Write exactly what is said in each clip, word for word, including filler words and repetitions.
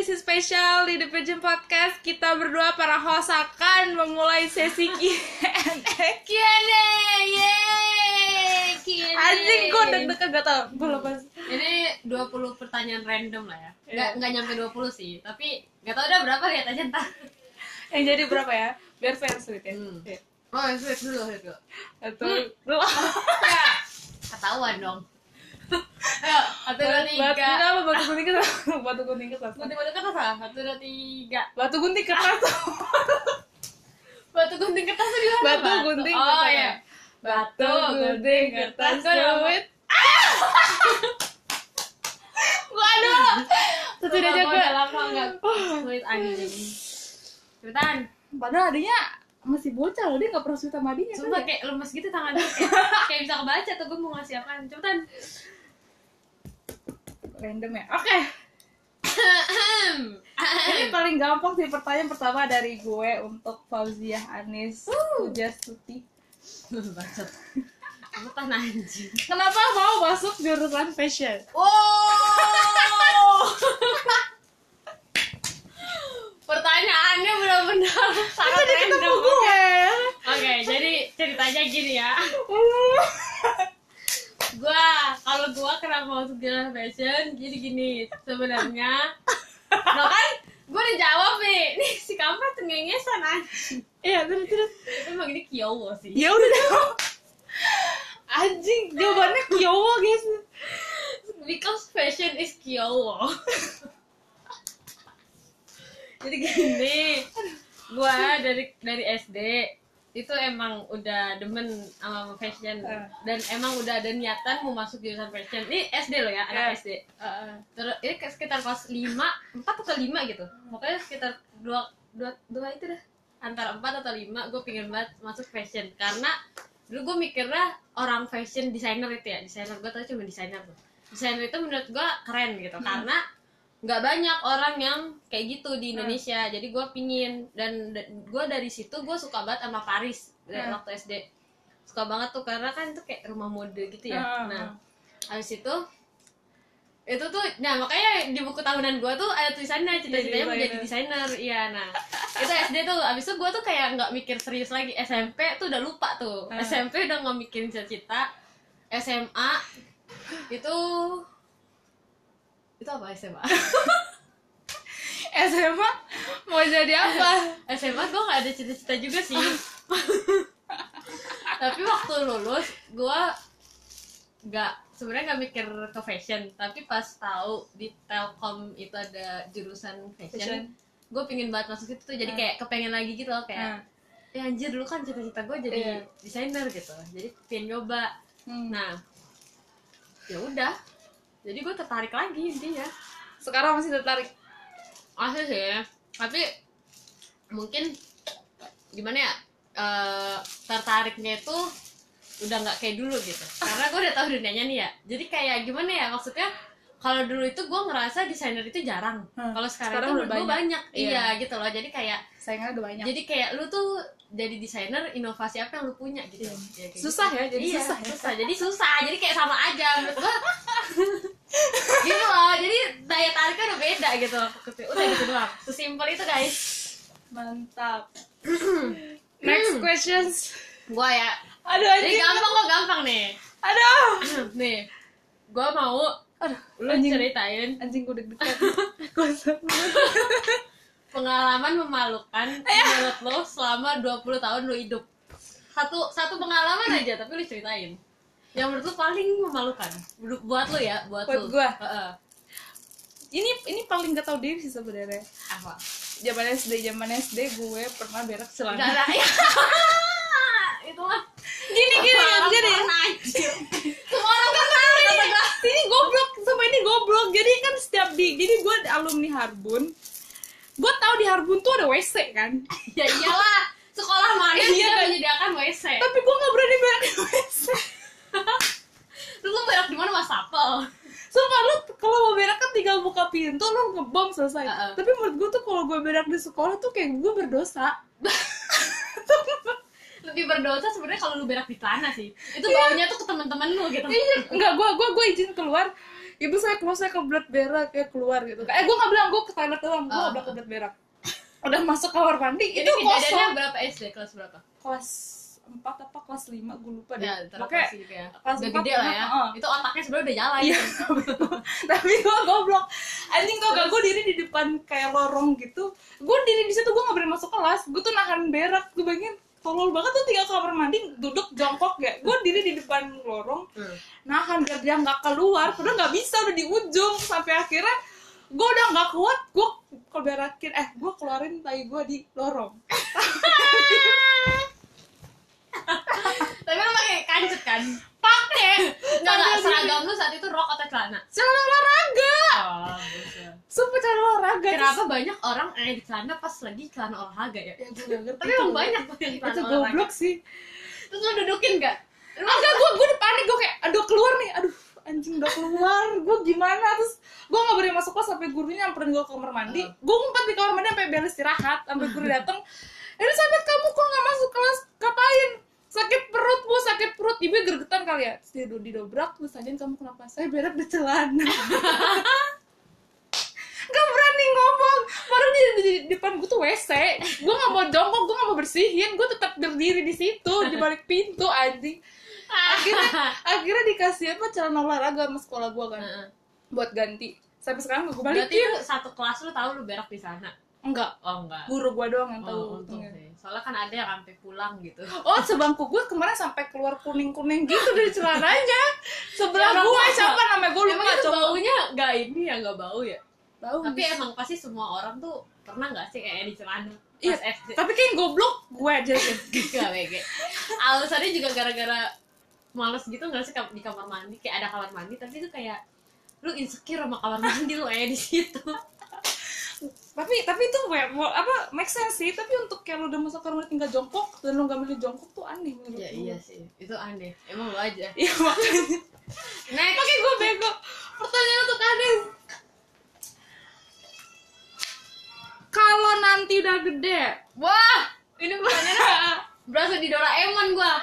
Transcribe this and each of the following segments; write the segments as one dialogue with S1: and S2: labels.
S1: edisi spesial di The Pigeon Podcast. Kita berdua para host akan memulai sesi Q and A.
S2: Q and A, yeay, Q and A.
S1: Anjing, gue deg-degan gak tau, gue lepas.
S2: Ini dua puluh pertanyaan random lah ya. Nggak,
S1: Iya.
S2: nggak nyampe dua puluh sih, tapi nggak tahu udah berapa, lihat aja ntar.
S1: Yang jadi berapa ya? Biar fair sweet ya.
S2: Hmm.
S1: Iya.
S2: Oh, sweet dulu, sweet dulu.
S1: Satu,
S2: Hmm.
S1: dua.
S2: Ya, ketahuan dong. Ayo, satu, dua,
S1: Batu,
S2: tiga.
S1: enggak apa, batu gunting kertas. Batu gunting kertas.
S2: Gunting batu kertas lah, satu, dua, tiga.
S1: Batu gunting kertas.
S2: Batu gunting kertas tuh gimana?
S1: Batu gunting
S2: Oh
S1: kertas.
S2: iya.
S1: Batu gunting kertas. Sweet. Gua ada. Satu dia jaga.
S2: Lama enggak. Sweet anjing. Cepetan.
S1: Padahal adanya masih bocah loh, dia nggak pernah suka sama adiknya.
S2: Sumpah
S1: kan ya?
S2: kayak lemes gitu tangannya, kayak, kayak bisa kebaca tuh gue mau ngasih apaan. Cepetan.
S1: Random ya. Oke. Ini paling gampang sih, pertanyaan pertama dari gue untuk Fauziah Anis Pujastuti.
S2: Bacot. Cepetan anjing.
S1: Kenapa mau masuk jurusan fashion?
S2: Wow. Pertanyaannya benar-benar sangat
S1: Jadi
S2: random.
S1: ketemu gue.
S2: Oke, jadi ceritanya gini ya. Gua kalau gua kenapa masuk jurusan fashion, jadi gini sebenarnya. Lo kan gua udah jawab nih. Nih si kampret ngengesan anjing.
S1: Iya, terus terus.
S2: Itu emang ini kiowo sih.
S1: Ya udah dong. Anjing, jawabannya kiowo guys.
S2: Because fashion is kiowo. Jadi gini, gua dari dari S D itu emang udah demen sama fashion
S1: Uh.
S2: dan emang udah ada niatan mau masuk jurusan fashion. Ini S D loh ya, anak
S1: Yeah.
S2: S D. Terus ini kayak sekitar kelas lima, empat atau lima gitu. Pokoknya sekitar dua dua dua itu dah. Antara empat atau lima gue pengen banget masuk fashion karena dulu gue mikirnya orang fashion designer itu ya, designer gue tau cuma designer tuh. Designer itu menurut gue keren gitu hmm. karena nggak banyak orang yang kayak gitu di Indonesia. Hmm. Jadi gue pingin dan, dan gue dari situ gue suka banget sama Paris dari hmm. waktu S D. Suka banget tuh karena kan itu kayak rumah mode gitu ya. Hmm. Nah, habis itu itu tuh, nah makanya di buku tahunan gue tuh ada tulisannya cita-citanya mau jadi desainer. Iya, nah itu S D tuh. Abis itu gue tuh kayak nggak mikir serius lagi. S M P tuh udah lupa tuh. Hmm. S M P udah nggak mikirin cita-cita. S M A itu itu apa S M A?
S1: S M A mau jadi apa?
S2: S M A gue nggak ada cita-cita juga sih. Tapi waktu lulus gue nggak, sebenarnya nggak mikir ke fashion. Tapi pas tahu di Telkom itu ada jurusan fashion, fashion. Gue pingin banget masuk itu tuh. Jadi kayak kepengen lagi gitu loh, kayak hmm. ya anjir dulu kan cita-cita gue jadi yeah. desainer gitu. Jadi pengen nyoba. Hmm. Nah ya udah, jadi gue tertarik lagi intinya.
S1: Sekarang masih tertarik?
S2: Asli sih, tapi mungkin gimana ya, uh, tertariknya itu udah nggak kayak dulu gitu. Karena gue udah tahu dunianya nih ya. Jadi kayak gimana ya, maksudnya kalau dulu itu gue ngerasa desainer itu jarang. Hmm. Kalau sekarang, sekarang itu gue banyak. banyak. Iya. Iya gitu loh. Jadi kayak
S1: saingannya udah banyak.
S2: Jadi kayak lu tuh jadi desainer, inovasi apa yang lu punya gitu.
S1: Iya.
S2: Ya, kayak
S1: susah
S2: gitu.
S1: ya, jadi
S2: iya,
S1: susah. Ya?
S2: Susah. Jadi susah. Jadi kayak sama aja menurut gue. Gitu loh. Jadi daya tariknya udah beda gitu. Udah gitu doang. Sesimpel itu guys.
S1: Mantap. Next questions.
S2: Gua ya.
S1: Aduh anjing.
S2: Jadi gampang kok, gampang nih.
S1: Aduh.
S2: Nih. Gua mau
S1: Aduh,
S2: lu
S1: anjing.
S2: ceritain
S1: Anjing gue deg-degan.
S2: pengalaman memalukan menurut lo selama dua puluh tahun lo hidup. Satu satu pengalaman aja tapi lu ceritain. Yang menurut lo paling memalukan buat lo ya, buat,
S1: buat
S2: lo.
S1: Gua.
S2: Uh-uh.
S1: Ini ini paling gak tau diri sih sebenarnya.
S2: Apa?
S1: Zaman S D, zaman S D gue pernah berak celana.
S2: Gak ada. Itu mah
S1: gini gini jadi
S2: semua orang pernah ini,
S1: ini goblok, sama ini goblok. Jadi kan setiap di, jadi gue alumni Harbun, gue tahu di Harbun tuh ada W C kan.
S2: Ya iyalah, sekolah mana
S1: iya,
S2: tidak
S1: kan?
S2: menyediakan W C.
S1: Tapi gue nggak berani berak di W C.
S2: Lu lu berak di mana, wastafel?
S1: Sumpah, lu kalau mau berak kan tinggal buka pintu, lu ngebom selesai. Uh-uh. Tapi menurut gue tuh kalau gue berak di sekolah tuh kayak gue berdosa.
S2: Lebih berdosa sebenarnya kalau lu berak di celana sih. Itu baunya tuh ke teman-teman lu gitu.
S1: Iya, enggak, gue gue gue izin keluar. Itu saya keluar, saya kebelet berak, kayak keluar gitu. Eh gue nggak bilang gue ke toilet doang, gue
S2: Oh.
S1: nggak bilang kebelet berak. Udah masuk kamar mandi,
S2: Ini
S1: itu
S2: kejadiannya
S1: kosong.
S2: berapa S D? Kelas berapa?
S1: Kelas empat apa kelas lima gue lupa deh.
S2: Ya, terus
S1: Pokoknya
S2: gitu ya.
S1: kelas
S2: Udah
S1: empat,
S2: gede lah ya.
S1: heeh.
S2: Itu otaknya sebenarnya udah nyala
S1: Iya.
S2: gitu.
S1: Tapi gue goblok. Anjing tau gak, gue diri di depan kayak lorong gitu. Gue diri di situ, gue nggak berani masuk kelas. Gue tuh nahan berak. Gue pengen tolol banget tuh, tinggal kamar mandi duduk jongkok ya. Gue diri di depan lorong,
S2: Hmm.
S1: nahan biar dia nggak keluar. Padahal nggak bisa, udah di ujung. Sampai akhirnya gue udah nggak kuat, gue keberakin, eh gue keluarin tai gue di lorong.
S2: Tapi lu pakai kancut kan?
S1: Pakai
S2: Enggak enggak, seragam lu saat itu rok atau celana?
S1: celana olahraga.
S2: Oh, bisa.
S1: Sumpah celana olahraga.
S2: Kenapa banyak orang eh di celana pas lagi celana olahraga ya?
S1: Ya gue gak ngerti.
S2: Tapi emang banyak tuh yang
S1: Itu
S2: celana olahraga.
S1: goblok sih.
S2: Terus lu dudukin enggak?
S1: Enggak, gue gue udah panik, gue kayak aduh keluar nih, aduh anjing udah keluar, gue gimana, terus gue nggak berani masuk kelas sampai gurunya nyamperin gue ke kamar mandi,
S2: Uh.
S1: gue ngumpet di kamar mandi sampai bel istirahat, sampai guru datang, Elizabeth kamu kok nggak masuk kelas, ngapain? Sakit perut bu, sakit perut, ibu gergetan kali ya, terus dia didobrak, terus tanyain kamu kenapa? Saya berak di celana. Gak berani ngomong, padahal di, di, di depan gue tuh W C, gue nggak mau jongkok, gue nggak mau bersihin, gue tetap berdiri di situ di balik pintu anjing. akhirnya akhirnya dikasih apa celana olahraga sama sekolah gue kan,
S2: Heeh.
S1: buat ganti. Sampai sekarang gue
S2: Berarti
S1: balikin.
S2: itu satu kelas lu tahu lu berak di sana?
S1: Enggak,
S2: Oh enggak.
S1: guru gue doang yang tahu.
S2: Oh, untung sih. Soalnya kan ada yang sampai pulang gitu.
S1: Oh, sebangku gue kemarin sampai keluar kuning-kuning gitu dari celananya. Sebelah
S2: Ya,
S1: gue
S2: orang-
S1: siapa namanya gue lupa,
S2: Emang itu
S1: coba.
S2: baunya enggak ini ya, enggak bau ya?
S1: Bau.
S2: Tapi emang pasti semua orang tuh pernah nggak sih kayak di celana
S1: Iya,
S2: pas S D?
S1: tapi kayak goblok gue aja sih.
S2: Gak bege. Alasannya juga gara-gara males gitu nggak sih di kamar mandi, kayak ada kamar mandi tapi itu kayak lu insecure sama kamar mandi lu kayak di situ.
S1: tapi tapi itu we- we- apa make sense sih, tapi untuk kayak lu udah masuk kamar mandi tinggal jongkok dan lu gak milih jongkok tuh aneh menurut
S2: Ya
S1: gue.
S2: iya sih, itu aneh. Emang lu aja.
S1: Iya makanya.
S2: Next.
S1: Makanya gue bego. Pertanyaan untuk aneh. Kalau nanti udah gede,
S2: Wah, ini pertanyaannya berasa di Doraemon gua.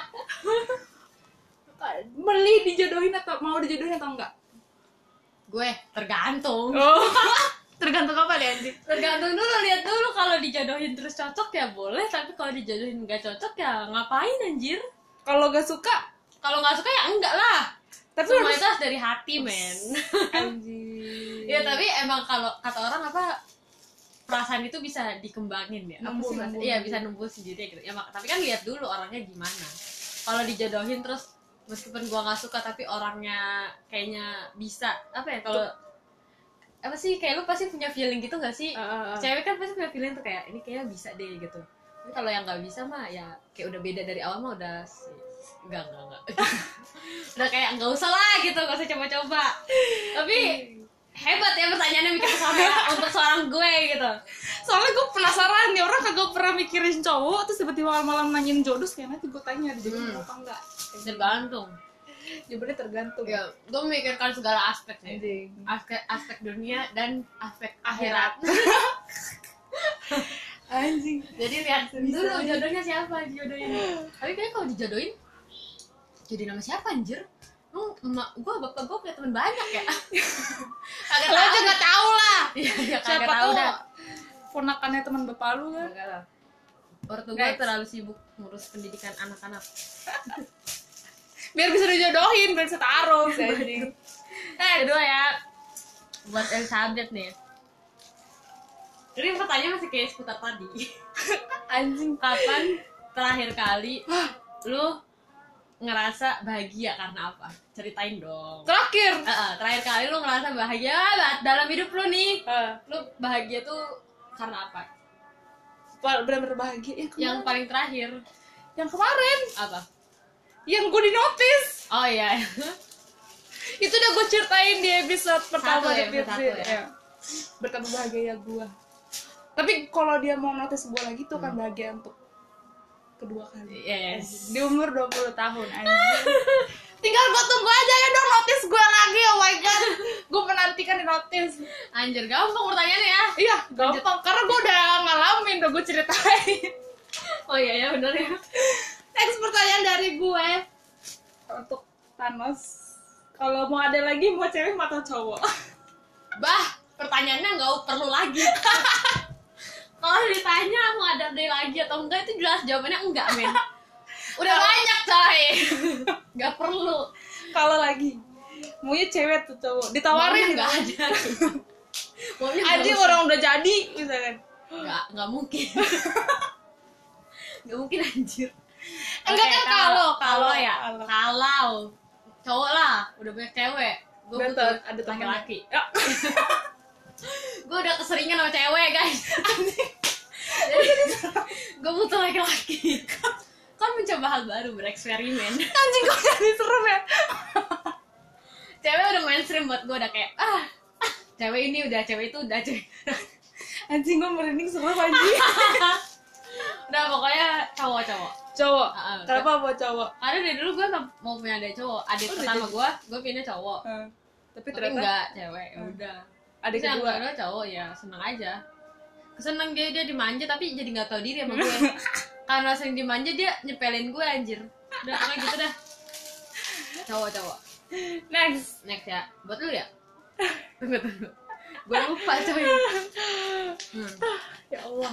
S1: beli dijodohin atau mau dijodohin atau enggak?
S2: Gue tergantung.
S1: Oh. Tergantung apa deh anjing?
S2: Tergantung dulu, lihat dulu, kalau dijodohin terus cocok ya boleh, tapi kalau dijodohin nggak cocok ya ngapain anjir?
S1: Kalau gak suka,
S2: Kalau nggak suka ya enggak lah.
S1: tapi
S2: Semua
S1: harus
S2: itu harus dari hati, men.
S1: anjing.
S2: Ya tapi emang kalau kata orang apa, perasaan itu bisa dikembangin ya. Apa
S1: Numbuh,
S2: sih bahasa-
S1: numbuh,
S2: Iya,
S1: numbuh.
S2: bisa numbuh sendiri gitu. Ya mak- tapi kan lihat dulu orangnya gimana. Kalau dijodohin terus meskipun gua nggak suka tapi orangnya kayaknya bisa, apa ya, kalau apa sih, kayak lu pasti punya feeling gitu nggak sih?
S1: Uh, uh, uh.
S2: Cewek kan pasti punya feeling tuh kayak ini kayaknya bisa deh gitu. Tapi kalau yang nggak bisa mah ya kayak udah beda dari awal mah udah sih enggak enggak enggak. Udah kayak nggak usah lah gitu, nggak usah coba-coba. Tapi hebat ya pertanyaannya mikir sampai untuk seorang gue gitu.
S1: Soalnya gue penasaran nih, orang kagak pernah mikirin cowok terus tiba-tiba malam-malam nanyain jodoh, kayak nanti gue tanya dijodohin
S2: Hmm.
S1: apa enggak.
S2: Tergantung.
S1: Jawabannya tergantung.
S2: Ya, gue memikirkan segala aspek nih.
S1: Anjing.
S2: Aspek aspek dunia dan aspek akhirat.
S1: Anjing.
S2: Jadi lihat
S1: Bisa
S2: dulu
S1: aja.
S2: jodohnya siapa dijodohin. Tapi kayaknya kalau dijodohin jadi nama siapa anjir? Lu emak gua, bapak gua punya teman banyak ya. Kagak
S1: Lo
S2: tahu.
S1: aja nggak tahu lah.
S2: Iya, iya, kagak
S1: Siapa
S2: tahu
S1: tahu
S2: dah.
S1: ponakannya teman bapak lu kan.
S2: Kagak lah. Ortu gua
S1: Next.
S2: terlalu sibuk ngurus pendidikan anak-anak.
S1: Biar bisa dijodohin, biar bisa taruh si anjing.
S2: Eh, kedua ya. Buat Elizabeth nih. Jadi pertanyaan masih kayak seputar tadi.
S1: Anjing.
S2: Kapan terakhir kali lu ngerasa bahagia karena apa? Ceritain dong.
S1: Terakhir.
S2: Uh, uh, terakhir kali lu ngerasa bahagia banget dalam hidup lu nih.
S1: Uh,
S2: Lu bahagia tuh karena apa?
S1: bener-bener bahagia. Yang,
S2: Yang
S1: kemarin.
S2: paling terakhir
S1: yang kemarin.
S2: apa?
S1: Yang gue di notice.
S2: Oh iya.
S1: Itu udah gue ceritain di episode pertama
S2: Satu ya,
S1: di
S2: episode satu ya.
S1: ya. Betapa bahagia gue. Tapi kalau dia mau notice gue lagi tuh kan bahagia untuk kedua kali.
S2: Yes.
S1: Di umur dua puluh tahun anjing. Tinggal gue tunggu aja ya dong notice gue lagi, oh my god. Gue menantikan di notice.
S2: Anjir, gampang pertanyaannya ya.
S1: Iya, gampang karena gue udah ngalamin, udah gue ceritain.
S2: Oh iya ya, bener ya.
S1: Next pertanyaan dari gue untuk Thanos. Kalau mau ada lagi, mau cewek atau cowok?
S2: Bah, pertanyaannya nggak perlu lagi. Kalau ditanya mau ada day lagi atau enggak, itu jelas jawabannya enggak, men. Udah
S1: Kalo...
S2: banyak, coy. Nggak perlu.
S1: Kalau lagi, maunya cewek atau cowok? Ditawarin
S2: nggak ada.
S1: Anjing orang udah jadi, misalkan.
S2: Nggak, nggak mungkin. Nggak mungkin anjir.
S1: Enggak
S2: okay,
S1: kan kalau
S2: kalau ya
S1: kalau.
S2: kalau cowok lah udah banyak cewek, gue butuh
S1: ada
S2: laki-laki.
S1: Ya.
S2: Gue udah keseringan sama cewek, guys. Gue butuh laki-laki. Kan mencoba hal baru, bereksperimen.
S1: Anjing kok jadi serem ya.
S2: Cewek udah mainstream buat gue, udah kayak ah, cewek ini udah, cewek itu udah, cewek.
S1: Anjing gue merinding serem anjing.
S2: Udah pokoknya cowok-cowok.
S1: Cowok.
S2: Uh,
S1: Kenapa buat cowok?
S2: Karena dari dulu gue mau punya adik cowok. Adik
S1: Oh,
S2: pertama gue, gue pindah cowok.
S1: Uh, tapi
S2: Tapi
S1: ternyata
S2: enggak cewek, ya
S1: Hmm.
S2: udah.
S1: adik
S2: Terus yang
S1: kedua.
S2: kedua cowok, ya seneng aja. Keseneng dia dia dimanja tapi jadi nggak tahu diri sama gue. Karena sering dimanja dia nyepelin gue, anjir. Udah pokoknya gitu dah. Cowok-cowok.
S1: Next.
S2: Next ya. Buat lu ya? Tunggu tunggu. Gue lupa coy. Hmm.
S1: Ya Allah.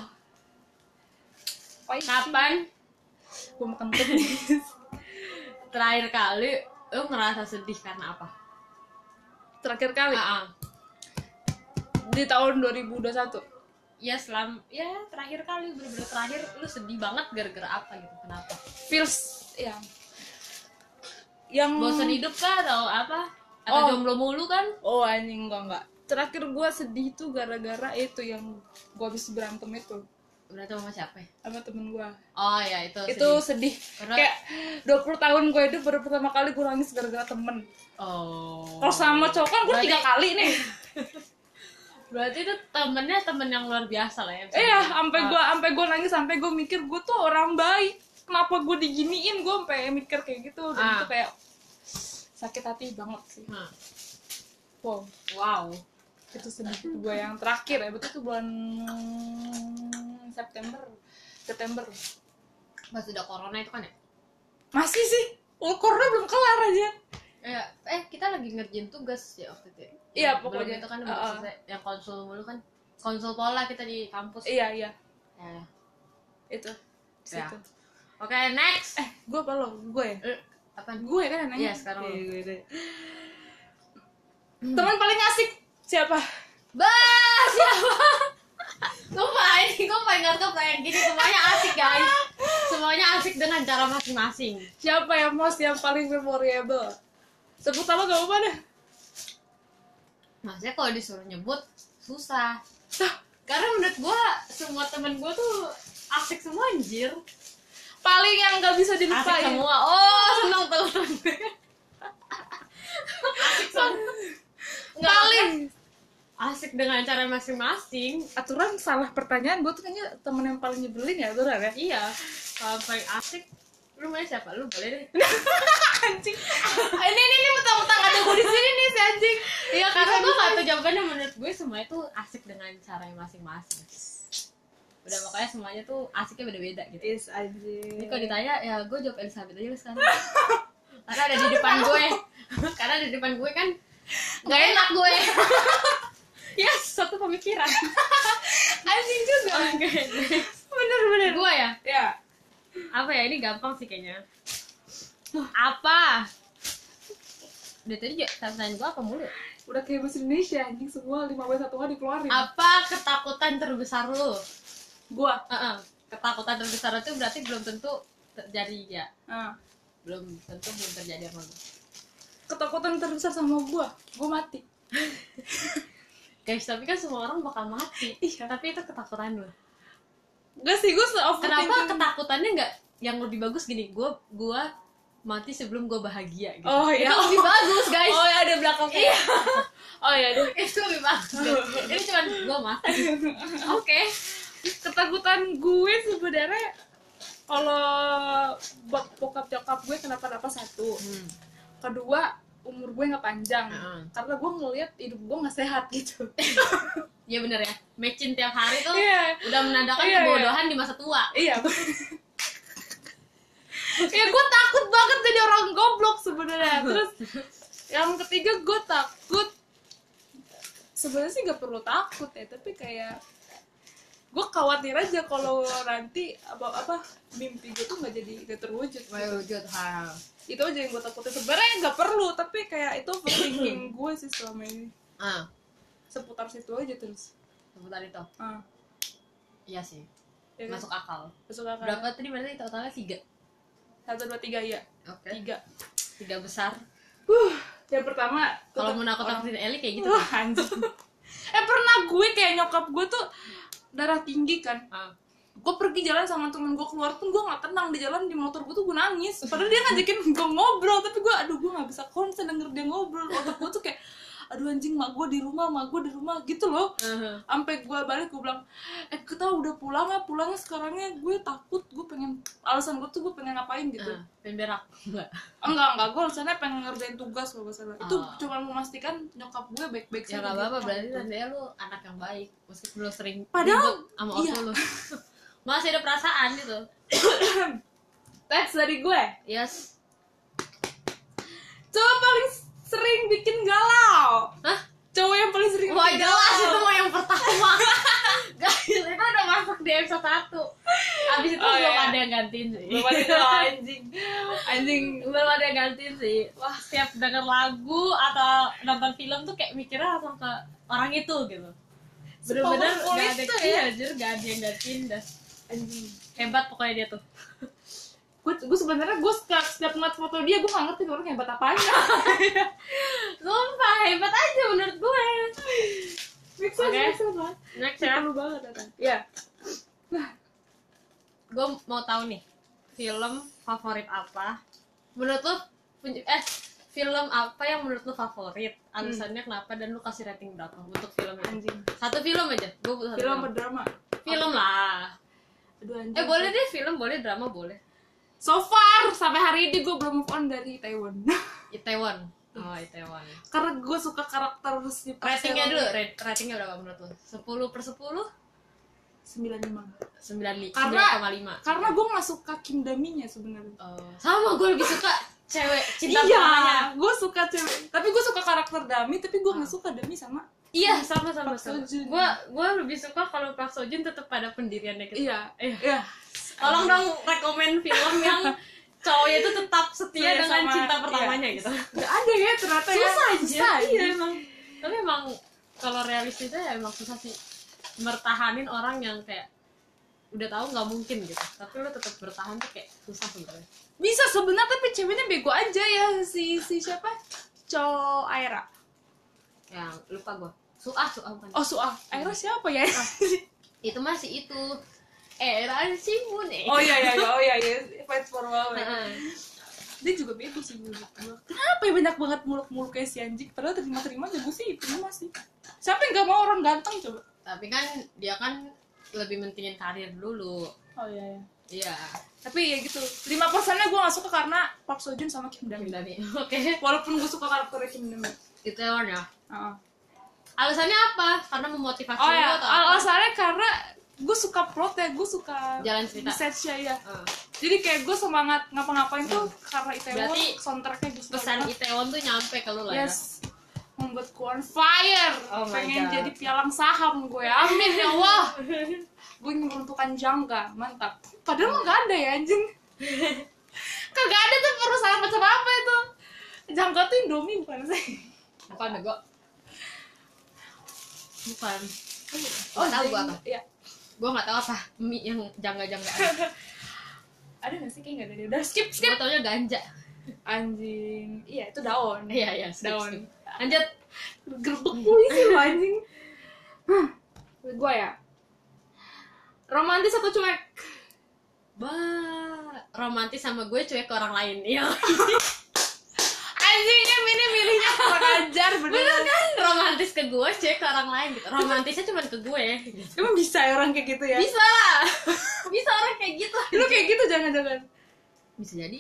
S2: Kapan
S1: Gue makan petis.
S2: terakhir kali lu ngerasa sedih karena apa?
S1: Terakhir kali
S2: Ah, ah.
S1: di tahun dua ribu dua puluh satu.
S2: Ya selam, ya terakhir kali bener-bener terakhir lu sedih banget gara-gara apa gitu? Kenapa?
S1: Feels ya. Yang
S2: Bosan hidup kah atau apa? Atau
S1: Oh.
S2: jomblo mulu kan?
S1: Oh anjing enggak enggak. Terakhir gue sedih tuh gara-gara itu yang gue habis berantem itu
S2: Berantem sama siapa ya?
S1: sama temen gue.
S2: Oh ya itu
S1: Itu
S2: sedih.
S1: sedih.
S2: Karena-
S1: Kayak dua puluh tahun gue hidup baru pertama kali gue nangis gara-gara temen.
S2: Oh.
S1: Kalau sama cowok kan gue
S2: Berarti-
S1: tiga kali nih.
S2: Berarti itu temennya temen yang luar biasa lah ya.
S1: Iya, sampai
S2: Ah.
S1: gue sampai gue nangis, sampai gue mikir gue tuh orang baik. Kenapa gue diginiin? Gue sampai mikir kayak gitu dan
S2: Ah.
S1: itu kayak sakit hati banget sih.
S2: Hmm.
S1: Wow,
S2: Wow.
S1: itu sedih gue yang terakhir ya, betul tuh bulan September. September.
S2: Pas udah corona itu kan ya?
S1: Masih sih. Oh, corona belum kelar aja.
S2: Eh, eh kita lagi ngerjain tugas ya waktu itu. ya?
S1: Iya,
S2: Belum
S1: pokoknya.
S2: itu kan udah
S1: Uh-uh.
S2: selesai. Yang konsul mulu kan. Konsul pola kita di kampus.
S1: Iya, iya.
S2: Ya.
S1: Itu.
S2: Ya.
S1: Situ.
S2: Oke, next.
S1: Eh, gue apa lo? Gue ya?
S2: Eh, apaan?
S1: Gue kan yang nanya.
S2: Iya, sekarang
S1: Iya,
S2: lo.
S1: gue deh. Teman paling asik siapa?
S2: Bah, siapa? Gue paling, gue paling nganggep kayak gini. Semuanya asik, guys. Semuanya asik dengan cara masing-masing.
S1: Siapa yang most yang paling memorable? Sebut nama gak apa-apa deh.
S2: Maksudnya kalau disuruh nyebut susah. Karena menurut gue semua temen gue tuh asik semua, anjir.
S1: Paling yang gak bisa
S2: Asik
S1: dilupain.
S2: semua. Oh, seneng tuh temen gue. Asik semua. Nggak,
S1: Paling
S2: asik dengan cara masing-masing.
S1: aturan salah pertanyaan. Gue tuh kayaknya temen yang paling nyebelin ya aturan ya.
S2: Iya. Kalau paling asik, lu mau siapa? Lu boleh deh.
S1: Anjing. Ini ini ini mentang-mentang ada gue di sini nih si anjing.
S2: Iya, karena gue gak tau jawabannya. Menurut gue semua itu asik dengan cara yang masing-masing. Udah makanya semuanya tuh asiknya beda-beda gitu.
S1: Is anjing.
S2: Jadi kalau ditanya, ya gue jawab Elizabeth aja lah sekarang. Karena ada di depan gue. Karena ada di depan gue kan gak enak gue. Yes, satu pemikiran.
S1: Anjing juga.
S2: Oke.
S1: Bener-bener.
S2: Gue ya?
S1: Ya.
S2: Apa ya? Ini gampang sih kayaknya. Apa? Udah tadi pertanyaan gue apa mulu?
S1: Udah kayak bahasa Indonesia anjing, semua lima W satu H dikeluarin.
S2: Apa ketakutan terbesar lu?
S1: Gua.
S2: Uh-uh. Ketakutan terbesar itu berarti belum tentu terjadi ya.
S1: Nah,
S2: Belum tentu belum terjadi sama lu.
S1: ketakutan terbesar sama gua, gua mati.
S2: Guys, tapi kan semua orang bakal mati.
S1: Iya.
S2: Tapi itu ketakutan lu.
S1: Gak sih, gua se-overthinking.
S2: Kenapa ketakutannya nggak yang lebih bagus gini? Gua gua mati sebelum gua bahagia gitu.
S1: Oh iya.
S2: Itu lebih bagus, guys.
S1: Oh ya, ada belakangnya.
S2: Iya.
S1: Oh ya, deh.
S2: Itu lebih bagus. Guys. Ini cuma gua mati. Oke.
S1: Ketakutan gue sebenarnya kalau bok- bokap nyokap gue kenapa-napa satu.
S2: Hmm.
S1: Kedua, umur gue nggak panjang.
S2: Heeh.
S1: Karena gue ngeliat hidup gue nggak sehat gitu.
S2: Iya bener ya. Mecin tiap hari tuh
S1: Iya.
S2: udah menandakan
S1: Iya, iya.
S2: kebodohan di masa tua.
S1: Iya. Ya gue takut banget jadi orang goblok sebenarnya. Terus Yang ketiga gue takut, sebenarnya sih gak perlu takut ya, tapi kayak gue khawatir aja kalau nanti apa apa mimpi gue tuh nggak jadi nggak terwujud.
S2: Wujud hal.
S1: Itu aja yang gue takutin. Sebenarnya nggak perlu, tapi kayak itu overthinking gue sih selama ini.
S2: Ah,
S1: Seputar situ aja terus.
S2: seputar itu.
S1: Ah,
S2: Iya sih.
S1: ya kan?
S2: Masuk akal.
S1: Masuk akal.
S2: Berapa tadi berarti totalnya tiga?
S1: Satu dua tiga ya.
S2: Oke.
S1: Tiga.
S2: Tiga besar.
S1: Uh, yang pertama.
S2: Kalau mau
S1: tetap
S2: nakut-nakutin Eli kayak gitu.
S1: Wah, anjing. Eh pernah gue kayak nyokap gue tuh darah tinggi kan.
S2: Ah.
S1: Gue pergi jalan sama temen gue, keluar pun gue nggak tenang di jalan, di motor gue tuh gue nangis. Padahal dia ngajakin gue ngobrol, tapi gue aduh gue nggak bisa konsen denger dia ngobrol. Otak gue tuh kayak aduh anjing, mak gue di rumah, mak gue di rumah gitu loh.
S2: Uh-huh.
S1: Sampai gue balik gue bilang, eh kita udah pulang ya, pulangnya sekarangnya, gue takut, gue pengen, alasan gue tuh gue pengen ngapain gitu.
S2: Uh, pengen berak enggak?
S1: Enggak, enggak, gue alasannya pengen ngerjain tugas kalau gak salah. Itu
S2: Oh.
S1: cuma memastikan nyokap gue baik-baik
S2: Ya
S1: saja
S2: nggak
S1: di
S2: apa-apa,
S1: rumah
S2: berarti
S1: gitu.
S2: tandanya lu anak yang baik meskipun lu sering
S1: Padahal,
S2: ribut sama ortu
S1: iya.
S2: lu. Masih ada perasaan gitu.
S1: Teks dari gue,
S2: Yes.
S1: cowok paling sering bikin galau.
S2: Hah?
S1: Cowok yang paling sering
S2: Wah
S1: bikin
S2: jelas
S1: galau.
S2: itu mah yang pertama. Guys, itu udah masuk di episode satu. Abis itu
S1: Oh,
S2: belum
S1: iya.
S2: ada yang gantiin sih.
S1: Belum ada tuh, anjing. Anjing.
S2: Belum ada yang gantiin sih. Wah, setiap denger lagu atau nonton film tuh kayak mikirnya langsung ke orang itu gitu. Bener-bener
S1: Sepowerful
S2: gak ada
S1: itu
S2: iya,
S1: ya.
S2: anjir, gak ada yang gantiin dah.
S1: Anjing.
S2: Hebat pokoknya dia tuh.
S1: Gue gue sebenarnya gue setiap setiap ngeliat foto dia gue nggak ngerti tuh orang hebat apanya.
S2: Sumpah, hebat aja menurut gue.
S1: Make sense,
S2: Oke.
S1: make sense banget.
S2: Next ya.
S1: Perlu banget Tata. Iya.
S2: Gue mau tahu nih, film favorit apa? Menurut lu penj- eh film apa yang menurut lu favorit? Alasannya kenapa dan lu kasih rating berapa untuk film itu?
S1: Anjing.
S2: Satu film aja. Gue butuh satu
S1: Film
S2: film.
S1: apa drama?
S2: Film lah.
S1: Aduh anjing.
S2: Eh boleh deh film, boleh drama, boleh.
S1: So far sampai hari ini gue belum move on dari Taiwan.
S2: Itaewon. Oh, Itaewon.
S1: Karena gue suka karakter si
S2: Ratingnya dulu, rate- ratingnya berapa menurut lu? sepuluh per sepuluh?
S1: sembilan puluh lima.
S2: sembilan
S1: Karena-
S2: koma lima.
S1: Karena gue nggak suka Kim Daminya sebenarnya.
S2: Oh. Sama, gue lebih suka cewek cinta
S1: Iya,
S2: pertamanya.
S1: gue suka cewek. Tapi gue suka karakter Dami, tapi gue nggak suka Dami sama.
S2: Iya, sama sama
S1: Park
S2: sama.
S1: Seo Joon.
S2: Gua gua lebih suka kalau Park Seo Joon tetap pada pendiriannya gitu.
S1: Iya,
S2: Iya.
S1: iya.
S2: Tolong dong rekomen film yang cowoknya itu tetap setia
S1: Iya,
S2: dengan
S1: sama-
S2: cinta pertamanya
S1: iya.
S2: gitu.
S1: Gak ada ya ternyata ya.
S2: Susah aja.
S1: Susah,
S2: Iya
S1: anjing.
S2: emang. Tapi emang kalau realistisnya ya emang susah sih mertahanin orang yang kayak udah tahu nggak mungkin gitu. Tapi lu tetap bertahan tuh kayak susah sebenarnya.
S1: Bisa sebenarnya tapi ceweknya bego aja ya si si siapa? Cho Aira.
S2: Yang lupa gua. Suah, Suah bukan.
S1: Oh Suah. Aira siapa ya?
S2: Itu masih itu. Era Shimun eh.
S1: Oh iya iya iya, oh iya iya. Fight for Wow.
S2: Heeh.
S1: Dia juga bego sih menurut gua. Kenapa ya banyak banget muluk-muluk kayak si anjing? Padahal terima-terima aja gue sih terima sih. Siapa yang gak mau orang ganteng coba?
S2: Tapi kan dia kan lebih mentingin karir dulu.
S1: Oh iya iya.
S2: Iya.
S1: Tapi ya gitu. lima persennya gue gak suka karena Park Seo Joon sama Kim Dami.
S2: Dami. Oke.
S1: Walaupun gue suka karakternya Kim Dami.
S2: Itu ya ya.
S1: Heeh.
S2: Alasannya apa? Karena memotivasi
S1: Oh
S2: lu
S1: ya,
S2: atau apa?
S1: alasannya karena gue suka plot ya, gue suka
S2: Jalan cerita.
S1: research-nya ya.
S2: Eh,
S1: Jadi kayak gue semangat ngapa-ngapain tuh karena Itaewon,
S2: Berarti
S1: soundtracknya gue suka
S2: pesan
S1: banget.
S2: Itaewon tuh nyampe ke lu lah ya.
S1: Yes, membuatku on fire.
S2: Oh my
S1: Pengen
S2: God.
S1: jadi pialang saham gue, amin ya Allah. Gue ingin meruntuhkan Jangga, mantap. Padahal mah gak ada ya anjing. Kagak ada tuh perusahaan macam apa itu. Jangga tuh Indomie bukan sih?
S2: Bukan bego. Bukan.
S1: Oh,
S2: tahu
S1: anjing.
S2: gua apa?
S1: Iya.
S2: Gua nggak tahu apa mie yang jangga-jangga.
S1: Ada gak sih? Kayak gak ada deh. Udah skip,
S2: Gua
S1: skip.
S2: taunya ganja.
S1: Anjing. Iya, itu daun.
S2: Iya iya. skip,
S1: Daun.
S2: skip. Lanjut.
S1: Gerbek puisi lo anjing. Hah, gue ya. Romantis atau cuek?
S2: Bah, romantis sama gue cuek ke orang lain. Iya.
S1: Anjingnya ini milihnya kurang ajar
S2: Bener
S1: bener.
S2: kan? Romantis ke gue, cuek ke orang lain gitu. Romantisnya cuma ke gue. Gitu.
S1: Emang bisa ya orang kayak gitu ya?
S2: Bisa lah. Bisa orang kayak gitu.
S1: Lu kayak gitu jangan-jangan.
S2: Bisa jadi.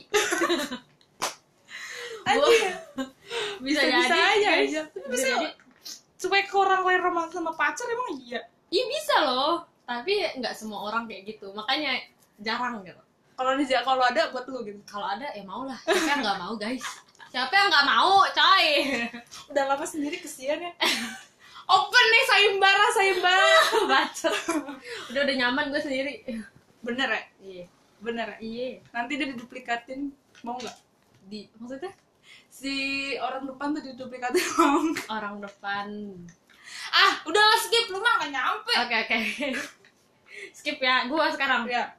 S1: Anjing.
S2: Bisa,
S1: Bisa,
S2: jadi.
S1: bisa aja
S2: guys.
S1: aja.
S2: Bisa
S1: Bisa
S2: jadi.
S1: cuek ke orang lain romantis sama pacar emang iya.
S2: Iya bisa loh. Tapi nggak semua orang kayak gitu. Makanya jarang gitu.
S1: Kalau ada kalau ada buat lu gitu.
S2: Kalau ada ya mau lah. Tapi kan nggak mau guys. Siapa yang nggak mau, coy?
S1: Udah lama sendiri kesian ya. Open nih sayembara sayembara.
S2: Bacot. Udah udah nyaman gue sendiri.
S1: Bener ya?
S2: Iya.
S1: Bener ya?
S2: Iya.
S1: Nanti dia diduplikatin, mau nggak?
S2: Di maksudnya
S1: Si orang depan tuh diduplikatin mau nggak?
S2: orang depan.
S1: Ah, udah lah skip, lu mah nggak nyampe.
S2: Oke oke. Skip ya, gua sekarang.
S1: Ya.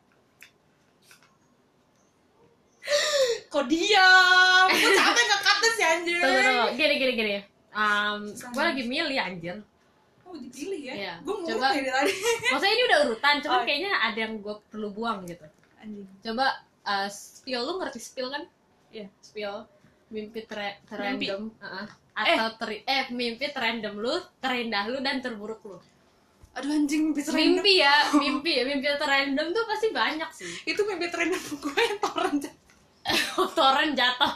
S1: Kok diam? Gue capek ngekatnya sih anjir.
S2: Tunggu tunggu. Gini gini gini. Um, gue lagi milih anjir.
S1: Oh dipilih ya?
S2: Iya.
S1: Gue ngurut
S2: Coba.
S1: dari tadi.
S2: Maksudnya ini udah urutan, cuman
S1: Oh.
S2: kayaknya ada yang gue perlu buang gitu.
S1: Anjing.
S2: Coba uh, spill, lu ngerti spill kan?
S1: Iya.
S2: Spill mimpi ter terrandom, uh-uh.
S1: Eh.
S2: atau ter eh mimpi terrandom lu, terindah lu dan terburuk lu.
S1: Aduh anjing, mimpi random.
S2: Mimpi ya, mimpi ya, mimpi terrandom tuh pasti banyak sih.
S1: Itu mimpi random gue yang torrent.
S2: Toren jatuh.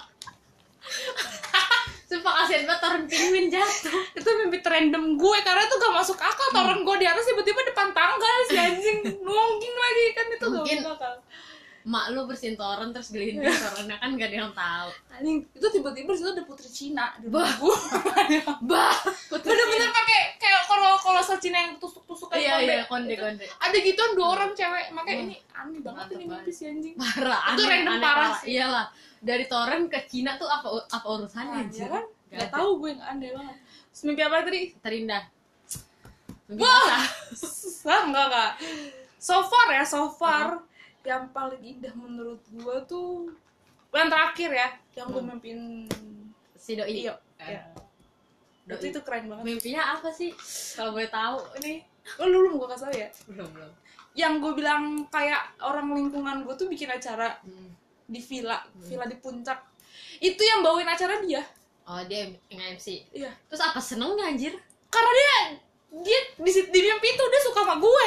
S2: Sumpah kasihan banget toren penguin jatuh.
S1: Itu mimpi random gue karena itu gak masuk akal. Torrent gue di atas tiba-tiba depan tangga si anjing nungging lagi kan itu
S2: Mungkin
S1: gak masuk akal.
S2: Mak lu bersihin toren terus gelinding torennya kan gak ada yang tahu.
S1: Anjing itu tiba-tiba situ ada putri Cina di rumah gue.
S2: Bah,
S1: Bener-bener pakai kayak kalau kalau Cina yang tusuk-tusukan
S2: iya
S1: konde.
S2: iya konde konde.
S1: Ada gituan dua orang cewek, makanya
S2: Wah.
S1: ini aneh banget
S2: Mantep
S1: ini
S2: banget.
S1: mimpi si anjing.
S2: Parah,
S1: Itu
S2: aneh,
S1: random
S2: aneh
S1: parah sih.
S2: Iyalah, dari toren ke Cina tuh apa apa urusannya
S1: Nah,
S2: anjir?
S1: ya kan?
S2: Gak
S1: Gak
S2: ada.
S1: tahu gue yang aneh banget. Terus mimpi apa tadi?
S2: Terindah. Mimpi
S1: Wah,
S2: basah.
S1: susah enggak kak? So far ya, so far yang paling indah menurut gue tuh yang terakhir ya, yang gue
S2: Hmm.
S1: mimpin
S2: Si doi.
S1: Iyo.
S2: Eh,
S1: Ya.
S2: Doi.
S1: Itu itu keren banget.
S2: Mimpinya apa sih? Kalau boleh tahu ini.
S1: Oh lu belum gue kasih tau ya?
S2: Belum belum.
S1: Yang gue bilang kayak orang lingkungan gue tuh bikin acara
S2: Hmm.
S1: di villa, villa di puncak. Itu yang bawain acara dia.
S2: Oh dia yang M C.
S1: Iya.
S2: Terus apa senengnya anjir?
S1: Karena dia dia di, di mimpi itu dia suka sama gue.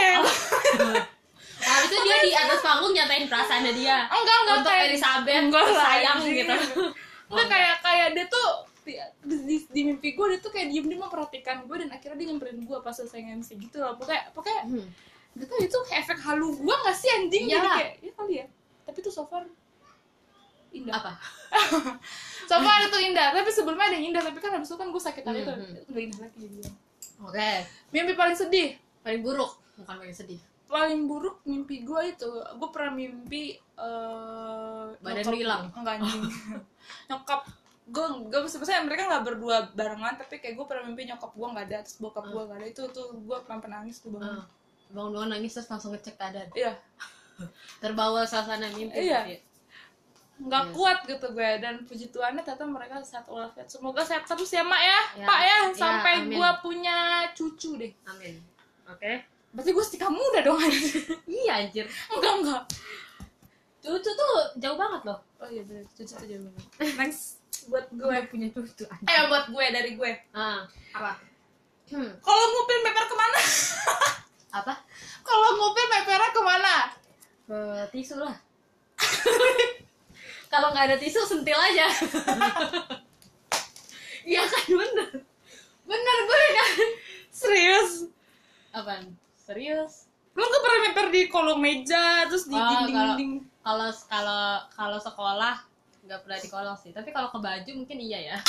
S2: Nah, itu dia di atas panggung nyatain perasaannya dia.
S1: Enggak enggak
S2: Untuk
S1: kayak
S2: Elizabeth
S1: enggak lah,
S2: sayang
S1: anjing.
S2: gitu.
S1: Enggak kayak kayak dia tuh di, di, di mimpi gue dia tuh kayak diem diem memperhatikan gue dan akhirnya dia nyamperin gue pas selesai M C gitu loh. Pokoknya pokoknya
S2: Hmm.
S1: gitu itu efek halu gue nggak sih anjing jadi
S2: Iyalah.
S1: kayak ya kali ya. Tapi tuh so far indah.
S2: Apa?
S1: So far itu indah. Tapi sebelumnya ada yang indah tapi kan habis itu kan gue sakit hati
S2: Hmm,
S1: tuh
S2: hmm.
S1: udah indah lagi jadi.
S2: Oke.
S1: Mimpi paling sedih.
S2: Paling buruk, bukan paling sedih.
S1: Paling buruk mimpi gue itu gue pernah mimpi uh,
S2: Badan
S1: nyokap-
S2: lu hilang?
S1: enggak anjing. Nyokap gue gue sebenarnya mereka nggak berdua barengan tapi kayak gue pernah mimpi nyokap gue nggak ada terus bokap gue nggak ada itu tuh gue sampai nangis tuh bangun.
S2: Uh, bangun-bangun nangis terus langsung ngecek keadaan.
S1: Iya
S2: Terbawa suasana mimpi.
S1: Iya.
S2: berarti.
S1: nggak
S2: Yes.
S1: kuat gitu gue dan puji Tuhannya ternyata mereka sehat walafiat semoga sehat terus ya mak ya,
S2: Ya.
S1: pak ya
S2: Ya,
S1: sampai
S2: amin.
S1: gue punya cucu deh.
S2: Amin. Oke.
S1: Berarti gue setika muda dong anjir.
S2: Iya anjir.
S1: enggak enggak
S2: Cucu tuh jauh banget loh.
S1: oh iya bener cucu tuh jauh banget. Next buat gue
S2: Gue punya cucu anjir.
S1: eh buat gue dari gue
S2: Ah, apa? Hmm,
S1: kalau ngupil meper kemana?
S2: apa?
S1: Kalau ngupil mepernya kemana?
S2: Ke tisu lah. Kalau nggak ada tisu sentil aja. Iya kan bener. Bener gue kan.
S1: Serius?
S2: Apaan? Serius?
S1: Lu gak pernah meper di kolong meja terus di
S2: Oh,
S1: dinding-dinding?
S2: Kalau kalau kalau sekolah nggak pernah di kolong sih. Tapi kalau ke baju mungkin iya ya.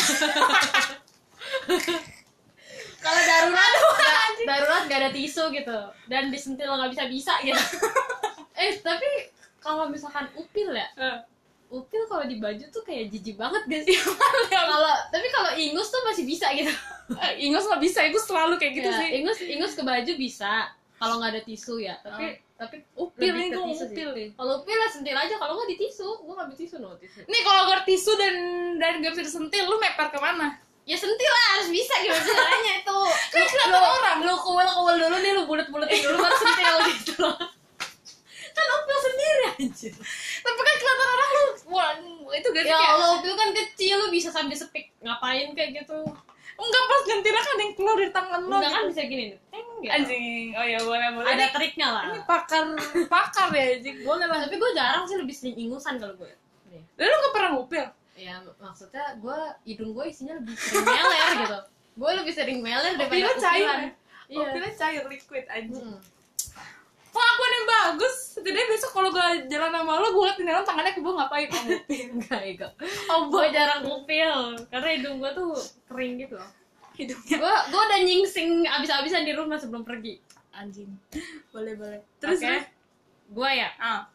S2: Kalau darurat, nggak- darurat nggak ada tisu gitu dan disentil nggak bisa bisa gitu. Eh tapi kalau misalkan upil ya,
S1: Eh.
S2: upil kalau di baju tuh kayak jijik banget gak sih? Kalau tapi kalau ingus tuh masih bisa gitu.
S1: Eh, Ingus gak bisa, Ingus selalu kayak gitu
S2: Ya,
S1: sih.
S2: ingus ingus ke baju bisa kalau nggak ada tisu ya. Tapi tapi
S1: Upil
S2: lebih
S1: nih,
S2: ke
S1: gue
S2: tisu sih.
S1: upil nih.
S2: Kalau upil ya sentil aja, kalau nggak di tisu, gue nggak di tisu no tisu.
S1: Nih kalau gue tisu dan dan gak bisa disentil, lu meper kemana?
S2: Ya sentil lah, harus bisa gimana caranya itu.
S1: Kan kelihatan orang.
S2: Lu kuel-kuel dulu nih, lu bulet-buletin dulu baru sentil gitu loh. Kan upil sendiri anjir.
S1: Tapi kan kelihatan orang lu, wah itu gak sih
S2: Ya
S1: kayak
S2: Allah, upil kan kecil, lu bisa sambil sepik ngapain kayak gitu.
S1: enggak pas nyentilnya kan ada yang keluar dari tangan lo
S2: Enggak kan
S1: gitu.
S2: bisa gini nih. Teng gitu.
S1: Anjing, oh ya boleh boleh.
S2: Ada
S1: Ini-
S2: triknya lah.
S1: Ini pakar pakar ya anjing, boleh lah.
S2: Tapi gue jarang sih, lebih sering ingusan kalau gue. Nih.
S1: Dan lu gak pernah ngupil?
S2: Ya maksudnya gue hidung gue isinya lebih sering meler gitu. Gue lebih sering meler daripada
S1: Upilnya cair
S2: upilan.
S1: ya?
S2: Iya.
S1: Upilnya cair liquid anjing.
S2: Hmm.
S1: pengakuan yang bagus. Setidaknya besok kalau gue jalan sama lo, gue liat Nelan tangannya ke bawah ngapain? Oh, ngupil.
S2: Enggak, enggak. Oh, gue jarang ngupil karena hidung gue tuh kering gitu loh.
S1: Hidungnya.
S2: Gue gue udah nyingsing abis-abisan di rumah sebelum pergi.
S1: Anjing. Boleh, boleh. Terus,
S2: okay. Gue ya.
S1: Ah.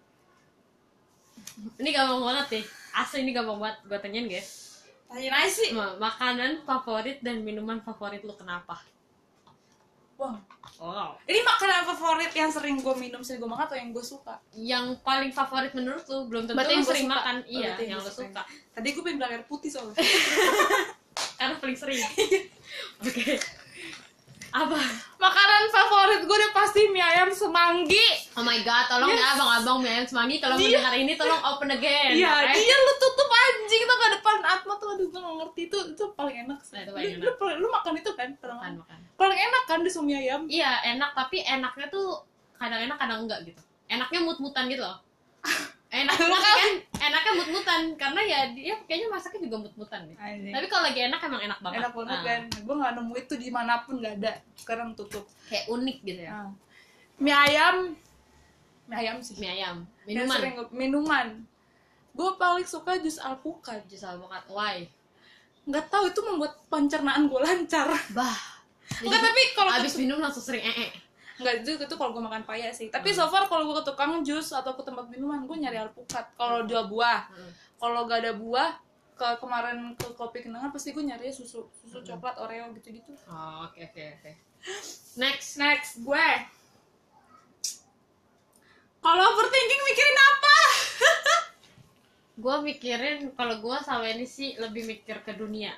S2: Ini gampang banget nih. Asli ini gampang banget. Gue tanyain guys.
S1: Tanyain aja sih.
S2: Makanan favorit dan minuman favorit lu kenapa?
S1: Wow.
S2: Wow.
S1: Ini makanan favorit yang sering gue minum, sering gue makan atau yang gue suka?
S2: Yang paling favorit menurut lu, belum tentu
S1: Berarti
S2: lu
S1: yang
S2: sering
S1: suka.
S2: makan.
S1: Oh,
S2: iya,
S1: yang,
S2: yang lu
S1: suka.
S2: suka.
S1: Tadi gue pengen bilang air putih soalnya.
S2: Karena paling sering. Oke. Okay. Apa?
S1: Makanan favorit gue udah pasti mie ayam Semanggi.
S2: Oh my god, tolong yes. ya abang-abang mie ayam Semanggi kalau
S1: Dia...
S2: mendengar ini tolong open again.
S1: Iya,
S2: okay?
S1: dia lu tutup anjing tuh ke depan Atma tuh, aduh gue gak ngerti itu itu paling enak sih.
S2: Nah, itu paling
S1: lu,
S2: enak.
S1: Lu, lu makan itu kan?
S2: Makan, makan.
S1: Paling enak kan di mie ayam?
S2: Iya, enak tapi enaknya tuh kadang enak kadang enggak gitu. Enaknya mut-mutan gitu loh. Enak kan? Enaknya mut-mutan karena ya dia kayaknya masaknya juga mut-mutan nih.
S1: Anjing.
S2: Tapi kalau lagi enak emang enak banget.
S1: Enak banget
S2: nah.
S1: kan. Gue gak nemu itu dimanapun, gak ada. Sekarang tutup.
S2: Kayak unik gitu ya.
S1: Nah. Mie ayam, mie ayam sih.
S2: Mie ayam.
S1: Minuman. Sering, minuman. Gue paling suka jus alpukat.
S2: Jus alpukat. Why?
S1: Gak tahu, itu membuat pencernaan gue lancar.
S2: Bah.
S1: Enggak, tapi kalau
S2: abis minum langsung sering ee.
S1: Enggak, itu, itu kalau gue makan paya sih. Tapi hmm. so far kalau gue ke tukang jus atau ke tempat minuman, gue nyari alpukat. Kalau jual buah, hmm. kalau gak ada buah, ke kemarin ke kopi kenangan pasti gue nyari susu, susu hmm. coklat, oreo gitu-gitu.
S2: Oh, oke oke oke. Next,
S1: next gue. Kalau overthinking mikirin apa?
S2: Gue mikirin kalau gue sama ini sih lebih mikir ke dunia.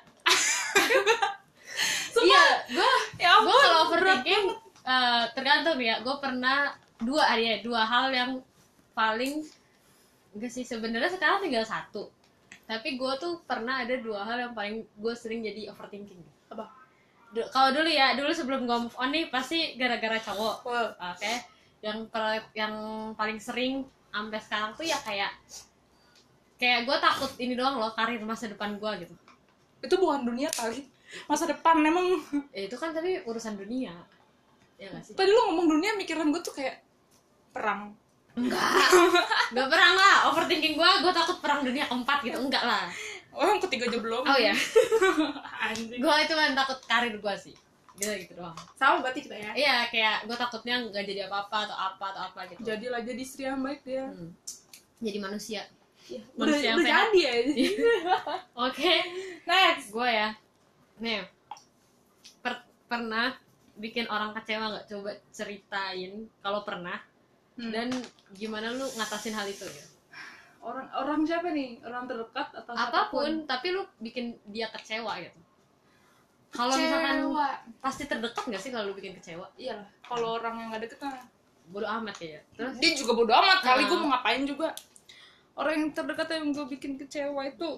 S2: Iya, gue
S1: ya
S2: gue kalau overthinking uh, tergantung ya. Gue pernah dua ya dua hal yang paling enggak sih sebenarnya sekarang tinggal satu. Tapi gue tuh pernah ada dua hal yang paling gue sering jadi overthinking.
S1: Apa?
S2: Du- kalau dulu ya dulu sebelum gue move on nih pasti gara-gara cowok.
S1: Wow.
S2: Oke. Okay? Yang per- yang paling sering sampai sekarang tuh ya kayak kayak gue takut ini doang loh, karir masa depan gue gitu.
S1: Itu bukan dunia kali, masa depan emang.
S2: Ya, itu kan tapi urusan dunia ya nggak sih?
S1: Tadi lu ngomong dunia, mikiran gue tuh kayak perang.
S2: Enggak, enggak perang lah. Overthinking gue, gue takut perang dunia keempat gitu, enggak lah.
S1: Oh, yang ketiga aja belum.
S2: Oh ya.
S1: Anjing.
S2: Gue itu kan takut karir gue sih, gitu gitu doang.
S1: Sama berarti kita ya.
S2: Iya, kayak gue takutnya nggak jadi apa-apa atau apa atau apa gitu.
S1: Jadilah jadi istri yang baik dia.
S2: Hmm. Jadi manusia.
S1: Ya,
S2: manusia
S1: udah,
S2: yang
S1: udah
S2: sehat.
S1: jadi ya.
S2: Oke, okay.
S1: Next.
S2: Gue ya. Nih, per- pernah bikin orang kecewa nggak? Coba ceritain kalau pernah. Hmm. Dan gimana lu ngatasin hal itu ya?
S1: Orang orang siapa nih? Orang terdekat atau
S2: apapun, tapi lu bikin dia kecewa gitu. Kalau misalkan pasti terdekat nggak sih kalau lu bikin kecewa?
S1: Iyalah. Kalau orang yang nggak deket mah
S2: bodo amat ya. Terus
S1: dia juga bodo amat kali,
S2: uh,
S1: gue mau ngapain juga. Orang yang terdekat yang gue bikin kecewa itu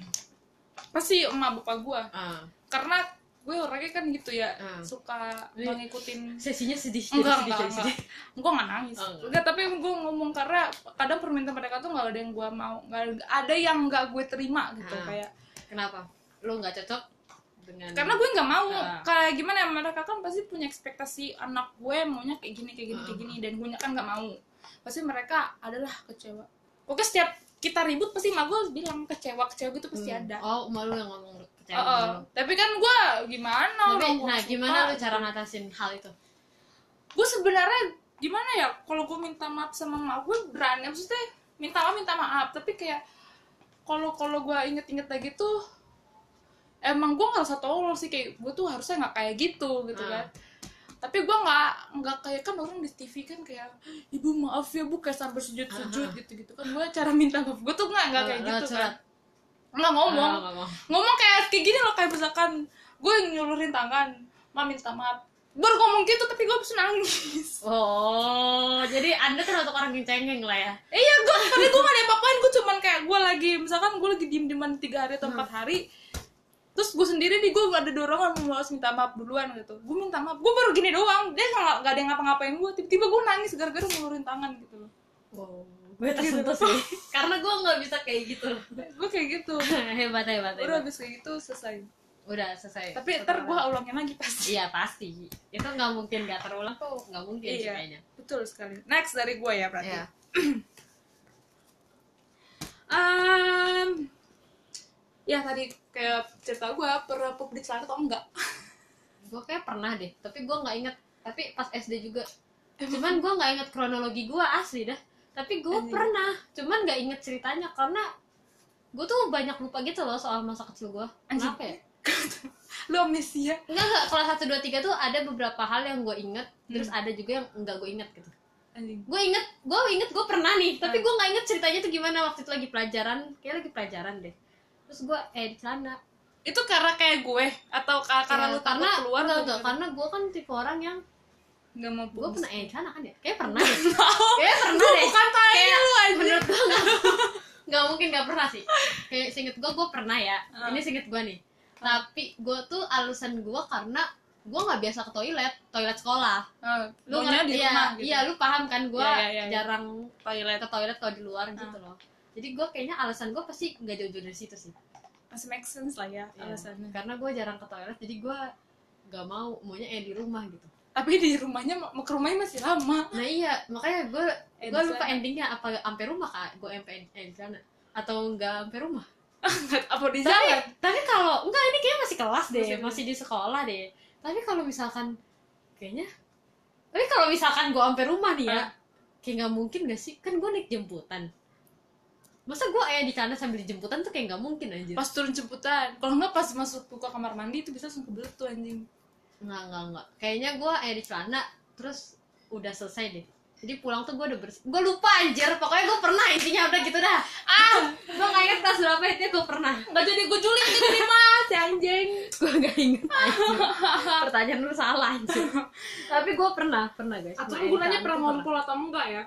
S1: pasti emak bapak gue. Uh. Karena gue orangnya kan gitu ya, uh. suka
S2: Ini
S1: ngikutin.
S2: Sesinya sedih.
S1: Enggak,
S2: sedih,
S1: enggak,
S2: sedih,
S1: enggak. Gue nggak nangis.
S2: Oh, enggak.
S1: Enggak, tapi gue ngomong karena kadang permintaan mereka tuh nggak ada yang gue mau, nggak ada yang nggak gue terima gitu. Uh. Kayak
S2: kenapa? Lu nggak cocok dengan?
S1: Karena gue nggak mau.
S2: Uh.
S1: Kayak gimana ya, mereka kan pasti punya ekspektasi anak gue maunya kayak gini, kayak gini, uh. kayak gini, dan gue kan nggak mau. Pasti mereka adalah kecewa. Oke, setiap kita ribut pasti emak gue bilang kecewa kecewa gitu pasti hmm. ada.
S2: Oh, emak lu yang ngomong kecewa.
S1: Uh, uh. Tapi kan gue gimana?
S2: Tapi, nah gimana lu cara ngatasin hal itu?
S1: Gue sebenarnya gimana ya? Kalau gue minta maaf sama emak gue berani, maksudnya minta maaf minta maaf. Tapi kayak kalau kalau gue inget-inget lagi tuh emang gue nggak usah tolol sih, kayak gue tuh harusnya nggak kayak gitu gitu uh. kan. Tapi gue nggak nggak kayak kan orang di T V kan kayak ibu maaf ya bu, kayak sampai sujud-sujud gitu-gitu kan. Gue cara minta maaf gue tuh nggak nggak kayak gitu kan. Nggak ngomong
S2: oh,
S1: ngomong kayak kayak gini loh, kayak misalkan gue nyulurin tangan, ma minta maaf, baru ngomong gitu tapi gue bisa nangis.
S2: Oh, jadi anda termasuk orang yang cengeng lah ya?
S1: Iya, gue tadi gue nggak ada apa-apain, gue cuman kayak gue lagi misalkan gue lagi diem-dieman tiga hari atau empat hmm. hari. Terus gue sendiri nih, gue ada dorongan mau harus minta maaf duluan gitu. Gue minta maaf, gue baru gini doang, dia nggak nggak ada yang ngapa-ngapain gue. Tiba-tiba gue nangis gara-gara ngulurin tangan gitu loh.
S2: Wow, gue tersentuh sih. Karena gue nggak bisa kayak gitu.
S1: Gue kayak gitu.
S2: hebat hebat.
S1: Udah habis kayak gitu selesai.
S2: udah selesai.
S1: Tapi ntar gue ulangin lagi pasti.
S2: Iya pasti, itu nggak mungkin nggak terulang tuh, nggak mungkin sih
S1: Iya,
S2: kayaknya.
S1: betul sekali. Next dari gue ya berarti.
S2: Iya.
S1: um, ya tadi kayak cerita gue pernah pup di celana atau enggak?
S2: Gue kayak pernah deh, tapi gue nggak inget. Tapi pas S D juga. Cuman gue nggak inget kronologi gue asli dah. Tapi gue pernah, cuman nggak inget ceritanya karena gue tuh banyak lupa gitu loh soal masa kecil gue. Kenapa ya?
S1: Lu amnesia?
S2: Enggak, enggak, kelas satu, dua, tiga tuh ada beberapa hal yang gue inget, hmm. terus ada juga yang enggak gue inget gitu. Gue inget, gue inget gue pernah nih, tapi gue nggak inget ceritanya tuh gimana. Waktu itu lagi pelajaran, kayak lagi pelajaran deh. Terus gue eh di celana.
S1: Itu karena kayak gue atau karena
S2: ya,
S1: lu takut keluar?
S2: Enggak, enggak, karena gue kan tipe orang yang
S1: nggak mau.
S2: Gue pernah eh di celana kan ya? Kayak pernah deh. Kayak pernah deh.
S1: Bukan tanya lu aja.
S2: Menurut gue nggak, nggak mungkin nggak pernah sih. Kayak seinget gue, gue pernah ya. Uh. Ini seinget gue nih. Uh. Tapi gue tuh alasan gue karena gue nggak biasa ke toilet, toilet sekolah. Uh, lu nggak di iya, rumah gitu. Iya, lu paham kan gue ya, ya, ya, ya. jarang toilet ke toilet kalau di luar uh. gitu loh. Jadi gue kayaknya alasan gue pasti nggak jauh-jauh dari situ sih.
S1: Masih make sense lah ya, ya alasannya.
S2: Karena gue jarang ke toilet, jadi gue nggak mau, maunya eh di rumah gitu.
S1: Tapi di rumahnya, mau ke rumahnya masih lama.
S2: Nah iya, makanya gue eh, gue lupa endingnya apa sampai rumah kak, gue sampai eh, di sana atau nggak sampai rumah.
S1: Apa di jalan?
S2: Tapi, tapi kalau enggak, ini kayaknya masih kelas deh, masih, masih di sekolah deh. Tapi kalau misalkan kayaknya, tapi kalau misalkan gue sampai rumah nih ya, kayak nggak mungkin gak sih? Kan gue naik jemputan. Masa gue ayah di sana sambil jemputan tuh kayak nggak mungkin anjir.
S1: Pas turun jemputan, kalau nggak pas masuk buka kamar mandi itu bisa langsung kebelet tuh anjing.
S2: Nggak, nggak, nggak. Kayaknya gue ayah di celana, terus udah selesai deh. Jadi pulang tuh gue udah bersih. Gue lupa anjir, pokoknya gue pernah, intinya udah gitu dah. Ah, gue nggak inget kelas berapa itu, gue pernah. Nggak jadi gue julid gitu nih mas, si anjing. Gue nggak inget anjir. Pertanyaan lu salah anjir. Tapi gue pernah, pernah guys.
S1: Atau gunanya pernah ngumpul atau enggak ya?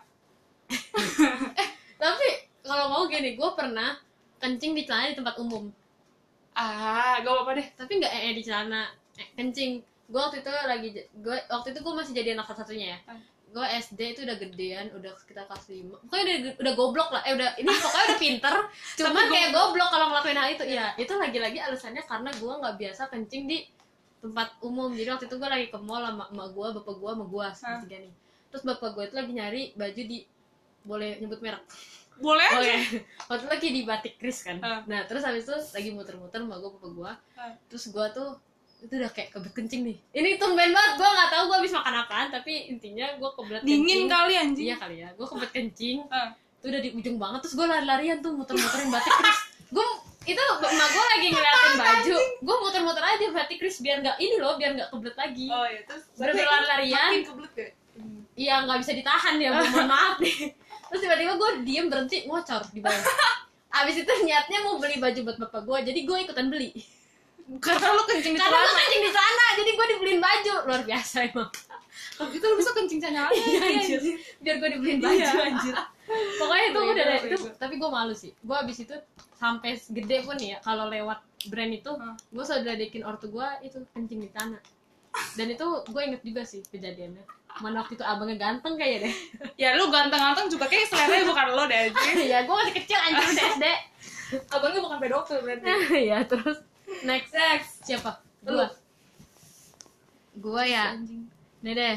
S2: eh, tapi kalau mau gini, gue pernah kencing di celana di tempat umum.
S1: Ah, gak apa-apa deh.
S2: Tapi nggak eh di celana, eh, kencing. Gue waktu itu lagi, gue waktu itu gue masih jadi anak satu-satunya ya. Ah. Gue S D itu udah gedean, udah sekitar kelas lima. Pokoknya udah, udah goblok lah. Eh udah, ini pokoknya udah pinter. Cuman kayak goblok kalau ngelakuin hal itu. Iya, itu lagi-lagi alasannya karena gue nggak biasa kencing di tempat umum. Jadi waktu itu gue lagi ke mall sama emak gue, bapak gue, sama gue tiga nih. Terus bapak gue itu lagi nyari baju di, boleh nyebut merek?
S1: Boleh aja.
S2: Boleh. Waktu itu lagi di Batik Kris kan. Uh. Nah terus habis itu lagi muter-muter sama gue, bapak gue. Uh. Terus gue tuh itu udah kayak kebelet kencing nih. Ini tumben banget, gue nggak tahu gue habis makan apaan, tapi intinya gue kebelet kencing.
S1: Dingin kali anjing.
S2: Iya kali ya, gue kebelet kencing. Uh. Itu udah di ujung banget, terus gue lari-larian tuh muter-muterin Batik Kris. Gue itu emak gue lagi ngeliatin baju, gue muter-muter aja Batik Kris biar nggak ini loh, biar nggak kebelet lagi.
S1: Oh iya, terus
S2: bener-bener lari-larian.
S1: Makin kebelet gak?
S2: Iya nggak bisa ditahan ya, mohon maaf nih. Terus tiba-tiba gue diem berhenti ngocor di bawah. Abis itu niatnya mau beli baju buat bapak gue, jadi gue ikutan beli.
S1: Karena lu kencing di sana.
S2: Karena gue kencing di sana, jadi gue dibeliin baju. Luar biasa emang.
S1: Kalau gitu lu bisa kencing sana aja.
S2: Iya anjir. Biar gue dibeliin baju anjir. Pokoknya itu udah dari itu, tapi gue malu sih. Gue abis itu sampai gede pun ya, kalau lewat brand itu, gue selalu ledekin ortu gue itu kencing di sana. Dan itu gue inget juga sih kejadiannya. Mana waktu itu abangnya ganteng kayaknya deh.
S1: Ya lu ganteng-ganteng juga kayak seleranya bukan lo deh anjir.
S2: Ya gue masih kecil anjir udah S D.
S1: Abangnya bukan pedofil berarti.
S2: Ya terus next next siapa? Gua. Gua ya. Nih deh.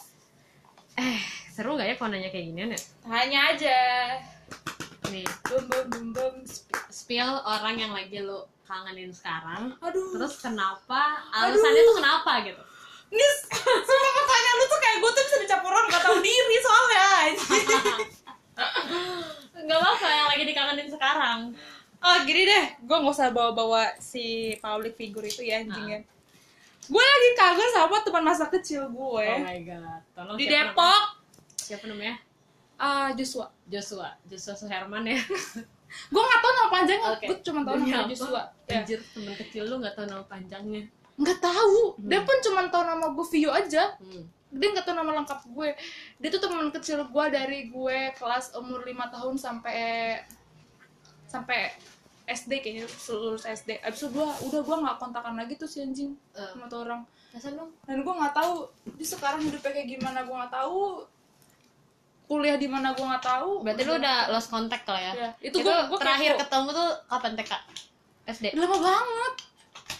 S2: Eh, seru gak ya kalau nanya kayak ginian ya?
S1: Tanya aja.
S2: Nih,
S1: bum bum bum bum.
S2: Spill orang yang lagi lu kangenin sekarang.
S1: Aduh.
S2: Terus kenapa? Alasannya tuh kenapa gitu?
S1: Nis, semua pertanyaan lu tuh kayak gue tuh bisa dicampur orang gak tahu diri soalnya.
S2: Gak apa-apa yang lagi dikangenin sekarang.
S1: Oh gini deh, gue gak usah bawa-bawa si public figure itu ya anjingnya. Uh. Gue lagi kangen sama teman masa kecil gue.
S2: Oh my god. Tolong
S1: di Depok. Namanya?
S2: Siapa namanya?
S1: Uh, Joshua.
S2: Joshua. Joshua Suherman ya.
S1: Gue gak tau nama panjangnya,
S2: okay.
S1: Gue cuma tau nama Joshua.
S2: Anjir, ya. Temen kecil lu gak tau nama panjangnya.
S1: Nggak tahu, hmm. Dia pun cuma tahu nama gue Vio aja,
S2: hmm.
S1: Dia nggak tahu nama lengkap gue. Dia tuh teman kecil gue dari gue kelas umur lima tahun sampai sampai S D kayaknya, lulus S D. Abis itu gue udah gue nggak kontakan lagi tuh si anjing uh. sama tuh orang.
S2: Masa dong?
S1: Dan gue nggak tahu dia sekarang hidupnya kayak gimana, gue nggak tahu. Kuliah di mana gue nggak tahu.
S2: Berarti lu udah lost contact lah ya?
S1: Ya.
S2: Itu, itu gua, gua terakhir kepo. Ketemu tuh kapan T K? S D?
S1: Lama banget.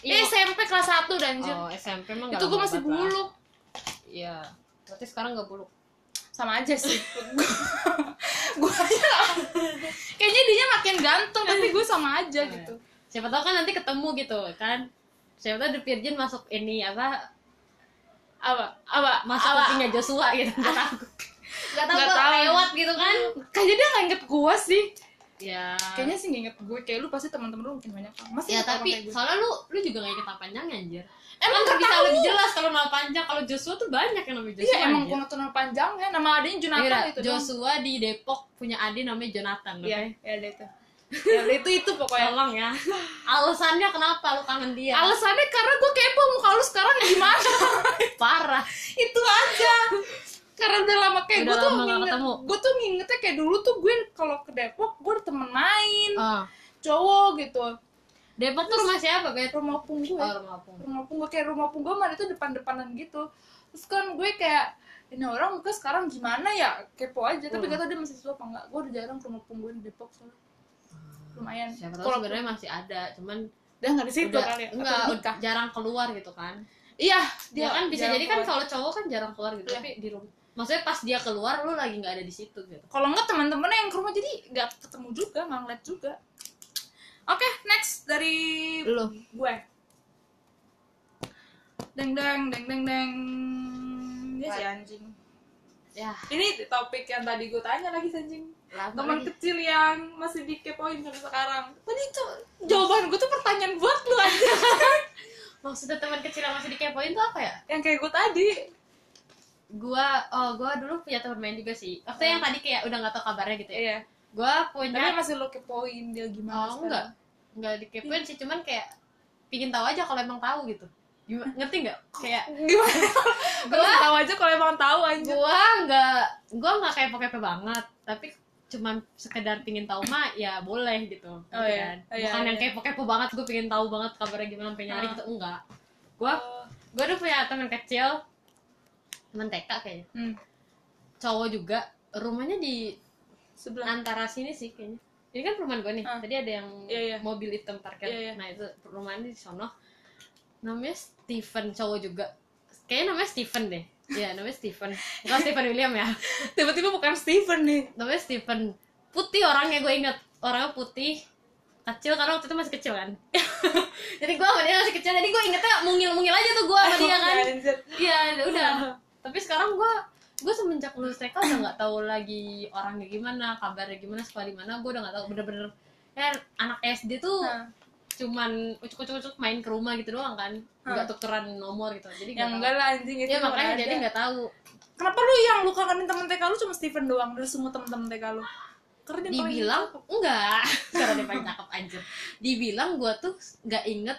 S1: Eh, S M P kelas satu dan anjir.
S2: Oh, S M P emang
S1: Itu gue masih buluk.
S2: Iya. Berarti sekarang nggak buluk.
S1: Sama aja sih. Gue aja kayaknya dia makin ganteng tapi gue sama aja
S2: Oh,
S1: gitu.
S2: Siapa tahu kan nanti ketemu gitu kan. Siapa tahu The Virgin masuk ini apa
S1: Apa? Apa?
S2: masuk
S1: apa?
S2: kupingnya Joshua gitu. Gak tahu. Gak tahu
S1: Nggak
S2: kok
S1: tahu.
S2: lewat gitu kan.
S1: Kayaknya dia nggak inget gue sih.
S2: Ya.
S1: Kayaknya sih nggak inget gue. Kayak lu pasti teman-teman lu mungkin banyak kan. Masih
S2: Ya
S1: inget orang
S2: tapi
S1: kayak gue.
S2: soalnya lu lu juga gak inget nama panjangnya anjir.
S1: Emang
S2: Kan
S1: nggak
S2: bisa
S1: tahu.
S2: lebih jelas kalau nama panjang. Kalau Joshua tuh banyak yang namanya Joshua.
S1: Iya emang
S2: anjir.
S1: gue nonton nama panjangnya. Nama adanya Jonathan
S2: Iya,
S1: itu. doang.
S2: Joshua di Depok punya adik namanya Jonathan.
S1: Iya,
S2: oke?
S1: ya ada itu. Ya udah, itu itu pokoknya.
S2: Tolong ya. Alasannya kenapa lu kangen dia?
S1: Alasannya karena gue kepo muka lu sekarang gimana.
S2: Parah.
S1: Itu aja. Karena udah lama kayak
S2: Udah
S1: gue tuh
S2: lama nggak
S1: nginget,
S2: ketemu.
S1: gue tuh ngingetnya kayak dulu tuh gue kalau ke Depok gue ada temen main
S2: Oh.
S1: cowok gitu.
S2: Depok tuh rumah siapa, Bet?
S1: Rumah opung gue.
S2: Oh, rumah opung.
S1: Rumah opung gue kayak rumah opung gue mah itu depan-depanan gitu. Terus kan gue kayak ini orang muka sekarang gimana ya, kepo aja. Tapi
S2: Hmm.
S1: gak tau dia masih suka apa enggak. Gue udah jarang ke rumah opung gue di Depok soalnya. Lumayan.
S2: Siapa tahu
S1: Kalau
S2: sebenarnya masih ada, cuman
S1: udah nggak di situ
S2: udah
S1: kali ya. Atau
S2: enggak
S1: nikah.
S2: jarang keluar gitu kan.
S1: Iya,
S2: Dia kan bisa
S1: jarang
S2: jadi kan
S1: keluar.
S2: kalau cowok kan jarang keluar gitu,
S1: Iya.
S2: tapi di rumah. Maksudnya pas dia keluar lu lagi nggak ada di situ gitu.
S1: Kalau enggak teman-temannya yang ke rumah jadi nggak ketemu juga, nggak ngeliat juga. Oke, next dari
S2: Lu.
S1: gue. Deng deng deng deng deng. Dia si anjing.
S2: Ya,
S1: Ini topik yang tadi gue tanya lagi si anjing.
S2: lama
S1: Teman
S2: lagi.
S1: kecil yang masih dikepoin sampai sekarang. Tadi tuh jawaban gue tuh pertanyaan buat lu aja.
S2: Maksudnya teman kecil yang masih dikepoin tuh apa ya?
S1: Yang kayak gue tadi.
S2: Gua oh gua dulu punya teman main juga sih. Maksudnya yang tadi kayak udah nggak tahu kabarnya gitu ya.
S1: Iya.
S2: Gua
S1: Tapi
S2: punya
S1: masih lo kepoin dia gimana
S2: oh enggak enggak dikepoin sih, cuman kayak pingin tahu aja kalau emang tahu gitu. Gimana, ngerti nggak? Kayak
S1: Gimana? Gue tahu aja kalau emang tahu aja.
S2: gua nggak gua nggak kepo-kepo banget, tapi cuman sekedar pingin tahu mah ya boleh gitu.
S1: Oh,
S2: gitu
S1: iya.
S2: kan.
S1: Oh, iya,
S2: Bukan yang
S1: iya.
S2: kepo-kepo banget gua pingin tahu banget kabarnya gimana, pengen nyari
S1: Ah.
S2: gitu, enggak. Gua
S1: Oh.
S2: gua dulu punya teman kecil, teman T K kayaknya.
S1: Hmm.
S2: Cowok juga, rumahnya di
S1: Sebelah.
S2: antara sini sih kayaknya. Ini kan perumahan gue nih.
S1: Ah.
S2: Tadi ada yang
S1: Iya, iya.
S2: mobil hitam parkir.
S1: Iya, iya.
S2: Nah, itu perumahan di sono. Namanya Steven, cowok juga. Kayaknya namanya Steven deh. Iya, namanya Steven. Bukan Steven William ya.
S1: Tiba-tiba bukan Steven nih.
S2: Namanya Steven. Putih orangnya, gue inget. Orangnya putih. Kecil karena waktu itu masih kecil kan. Jadi gue sama dia masih kecil. Jadi gue ingetnya mungil-mungil aja tuh gue sama dia kan.
S1: Anjir.
S2: Iya, udah. Tapi sekarang gue gue semenjak lulus T K udah nggak tahu lagi orangnya gimana, kabarnya gimana, sekolah di mana, gue udah nggak tahu. Bener-bener ya anak S D tuh
S1: Nah.
S2: cuman ucuk-ucuk main ke rumah gitu doang kan, nggak tukeran nomor gitu. Jadi
S1: Yang
S2: nggak
S1: enggak
S2: tahu.
S1: lah anjing itu.
S2: Ya
S1: nggak
S2: makanya
S1: ada.
S2: jadi nggak tahu.
S1: Kenapa lu yang lu kangenin temen T K lu cuma Steven doang dari semua temen-temen T K lu? Karena dia paling
S2: Dibilang
S1: cakep.
S2: enggak, karena dia paling cakep anjir. Dibilang gue tuh nggak inget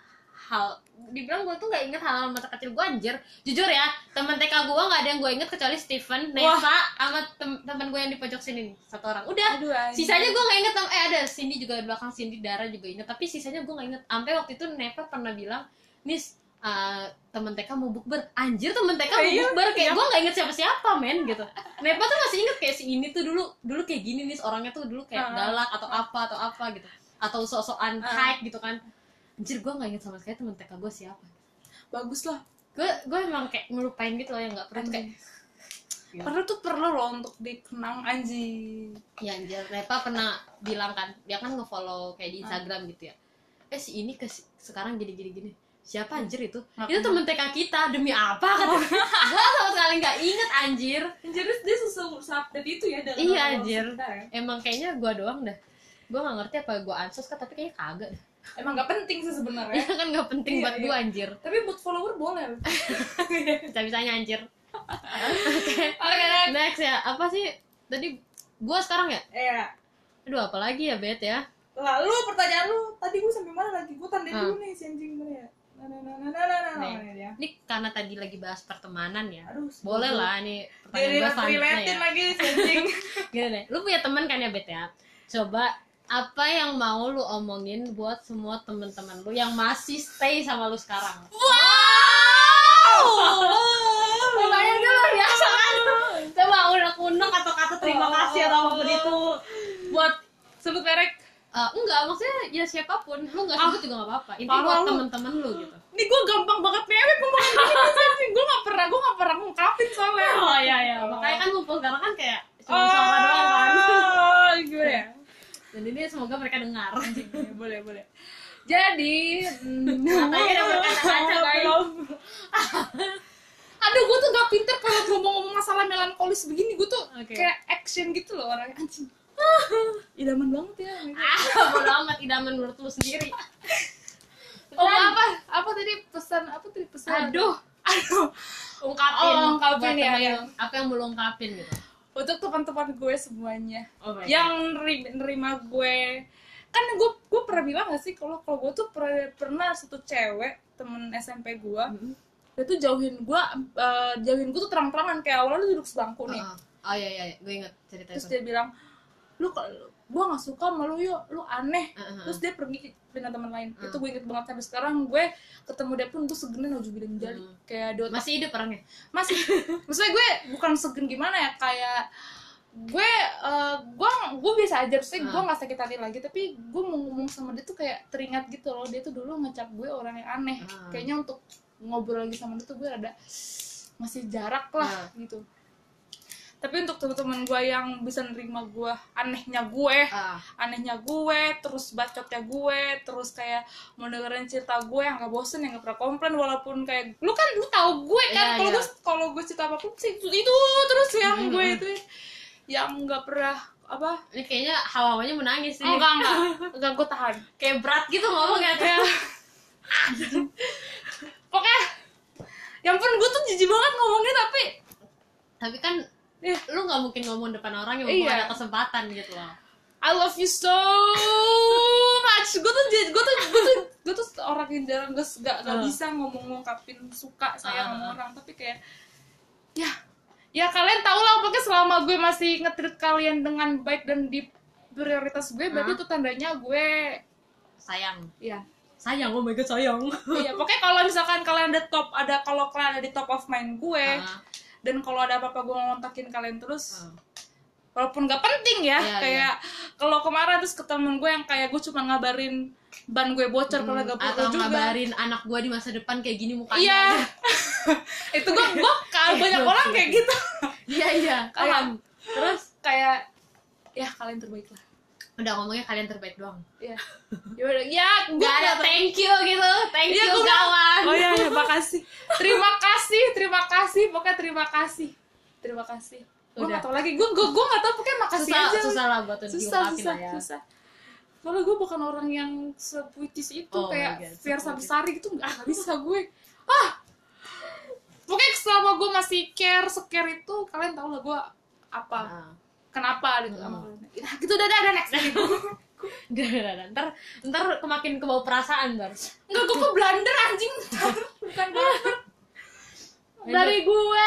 S2: hal, dibilang gue tuh nggak inget hal-hal masa kecil gue anjir. Jujur ya, teman T K gue nggak ada yang gue inget kecuali Steven, Neva, sama tem- teman gue yang di pojok sini nih, satu orang. Udah,
S1: Aduh, anjing.
S2: sisanya gue nggak inget. Eh ada Cindy juga di belakang, Cindy, Dara juga inget, tapi sisanya gue nggak inget. Sampai waktu itu Neva pernah bilang, Nis, uh, temen T K mau bukber. Anjir, temen T K mau
S1: Iya,
S2: bukber, kayak
S1: iya.
S2: gue nggak inget siapa-siapa men gitu. Neva tuh masih inget kayak si ini tuh dulu dulu kayak gini nih, orangnya tuh dulu kayak
S1: Ah.
S2: galak atau apa atau apa gitu, atau sok-sokan
S1: Ah.
S2: hype gitu kan. Anjir, gue nggak inget sama sekali temen T K gue siapa.
S1: Bagus lah.
S2: Gue gue emang kayak ngelupain gitu loh, yang nggak pernah tuh kayak Iya.
S1: Padahal tuh perlu loh untuk dikenang anjing.
S2: ya anjir. Neva pernah bilang kan, dia kan nge-follow kayak di
S1: Ah.
S2: Instagram gitu ya, eh si ini ke sekarang gini gini gini. Siapa anjir itu?
S1: Nggak
S2: Itu temen T K kita, demi apa kata. Gue sama sekali nggak inget anjir.
S1: Anjir dia susu update itu ya dengan
S2: Iya,
S1: orang-orang
S2: anjir.
S1: sekitar ya.
S2: Emang kayaknya gue doang dah. Gue nggak ngerti apa gue ansos kan, tapi kayaknya kagak dah.
S1: Emang gak penting sih sebenarnya.
S2: Ya kan nggak penting
S1: Iya,
S2: buat
S1: iya.
S2: gue anjir.
S1: Tapi buat follower boleh loh.
S2: Bisa-bisanya anjir. Oke.
S1: Oke, next.
S2: Next ya, apa sih tadi gue sekarang ya?
S1: Iya.
S2: Aduh, apa lagi ya, Bet ya?
S1: Lalu pertanyaan lu tadi gue sampai mana lagi? Gue tandain
S2: Ah.
S1: dulu nih si anjing mana ya? Nah, nah, nah, nah, nah, nah, nah,
S2: Nih.
S1: nah, ya.
S2: Ini karena tadi lagi bahas pertemanan ya.
S1: Aduh,
S2: Boleh lah nih pertanyaan gue
S1: Dia
S2: selanjutnya
S1: relatin
S2: ya.
S1: lagi si anjing.
S2: Gini deh, lu punya teman kan ya, Bet ya? Coba apa yang mau lu omongin buat semua teman-teman lu yang masih stay sama lu sekarang?
S1: Wow.
S2: Lumayan kan luar biasa kan? Coba unek-unek atau kata terima kasih atau apapun itu buat
S1: Sebut merek.
S2: Uh, enggak, maksudnya ya siapapun, lu nggak sebut ah, juga nggak apa-apa. Intinya buat temen-temen lu gitu.
S1: Ini gue gampang banget mewek ngomongin gini, gue nggak pernah, gue nggak pernah ngungkapin soalnya.
S2: Oh iya iya, oh. Makanya kan ngumpul sekarang kan kayak cuma oh, suara doang kan.
S1: Oh, gue ya.
S2: Dan ini semoga mereka dengar.
S1: Boleh boleh. Jadi,
S2: katanya udah berkata-kata guys.
S1: Aduh, gue tuh gak pinter kalau ngomong-ngomong masalah melankolis begini, gue tuh okay. kayak action gitu loh orangnya, anjing. Idaman banget ya.
S2: Ah, bodo amat idaman menurut lu sendiri.
S1: Oh, apa? Apa tadi pesan? Apa tadi pesan?
S2: Aduh,
S1: aduh.
S2: Ungkapin.
S1: Oh, ungkapin ya, ya.
S2: Apa yang mau lu ungkapin gitu?
S1: Untuk teman-teman gue semuanya.
S2: Oh,
S1: yang nerima, nerima gue. Kan gue gue pernah bilang gak sih kalau kalau gue tuh pernah pernah satu cewek temen S M P gue. Mm-hmm. Dia tuh jauhin gue, uh, jauhin gue tuh terang-terangan kayak awalnya tuh duduk sebangku nih.
S2: Uh-uh. Oh iya iya, gue inget cerita
S1: terus
S2: itu.
S1: Terus dia bilang, lu gue nggak suka sama lu yuk, lu aneh. Uh-huh. Terus dia pergi dengan teman lain. Uh-huh. Itu gue inget banget sampai sekarang. Gue ketemu dia pun tuh segen naujubilin jari. Uh-huh. Kayak dia
S2: masih hidup orangnya.
S1: Masih. Maksudnya gue bukan segen gimana ya, kayak gue uh, gue gue biasa aja sih, uh-huh. gue nggak sakit hati lagi, tapi gue mau ngomong sama dia tuh kayak teringat gitu loh. Dia tuh dulu ngecap gue orang yang aneh. Uh-huh. Kayaknya untuk ngobrol lagi sama dia tuh gue ada masih jarak lah uh. gitu. Tapi untuk teman-teman gue yang bisa nerima gue anehnya gue, uh. anehnya gue, terus bacotnya gue, terus kayak mau dengerin cerita gue yang gak bosen, yang gak pernah komplain walaupun kayak lu kan lu tahu gue kan, yeah, kalau yeah. gue kalau gue cerita apapun sih itu, itu terus yang mm-hmm. gue itu yang nggak pernah apa?
S2: Ini kayaknya hawa-hawanya menangis sih.
S1: Enggak enggak, enggak gue tahan.
S2: Kayak berat gitu ngomongnya kayak.
S1: Pokoknya, ya ampun gue tuh jijik banget ngomongnya tapi,
S2: tapi kan yeah. lu nggak mungkin ngomong depan orang yang
S1: iya.
S2: ada kesempatan gitu loh.
S1: I love you so much. Gue tuh, gue tuh, gue tuh, gue tuh orang yang jarang gak, gak, gak uh. bisa ngomong-ngomongin suka sayang uh. sama orang, tapi kayak, ya, ya kalian tau lah, pokoknya selama gue masih nge-treat kalian dengan baik dan di prioritas gue, uh. berarti itu tandanya gue
S2: sayang.
S1: Iya.
S2: Sayang, oh my god sayang.
S1: Iya, pokoknya kalau misalkan kalian ada top, ada kalau kalian ada di top of mind gue, uh. dan kalau ada apa-apa gue ngontakin kalian terus, uh. walaupun gak penting ya, yeah, kayak yeah. kalau kemarin terus ke temen gue yang kayak gue cuma ngabarin ban gue bocor, hmm, kalau gak perlu
S2: atau
S1: juga.
S2: ngabarin anak gue di masa depan kayak gini mukanya.
S1: Iya. Itu gue, gue kalau banyak orang kayak gitu.
S2: Iya iya.
S1: Kayak, terus kayak, ya kalian terbaik lah.
S2: Udah ngomongnya kalian terbaik doang.
S1: Iya. Ya, ya
S2: gak ada thank you gitu. Thank
S1: ya,
S2: you kawan.
S1: Oh iya, terima kasih. Terima kasih, terima kasih. Pokoknya terima kasih. Terima kasih. Gue gak tau lagi. Gue gue gue gak tau. Pokoknya makasih
S2: susah,
S1: aja.
S2: Susah lah buat
S1: susah, susah, ya. Susah. Soalnya gue bukan orang yang sepuitis itu,
S2: oh
S1: kayak Fiersa Besari gitu. Gak bisa gue. Ah. Pokoknya selama gue masih care, secare itu, kalian tau lah gue apa. Nah. Kenapa gitu sama kalian. Nah, gitu udah ada next kali gue.
S2: Udah, udah, udah. Ntar, ntar kemakin kebawa perasaan, Bar.
S1: Enggak, gue ke blunder anjing. Bukan blunder. Dari gue.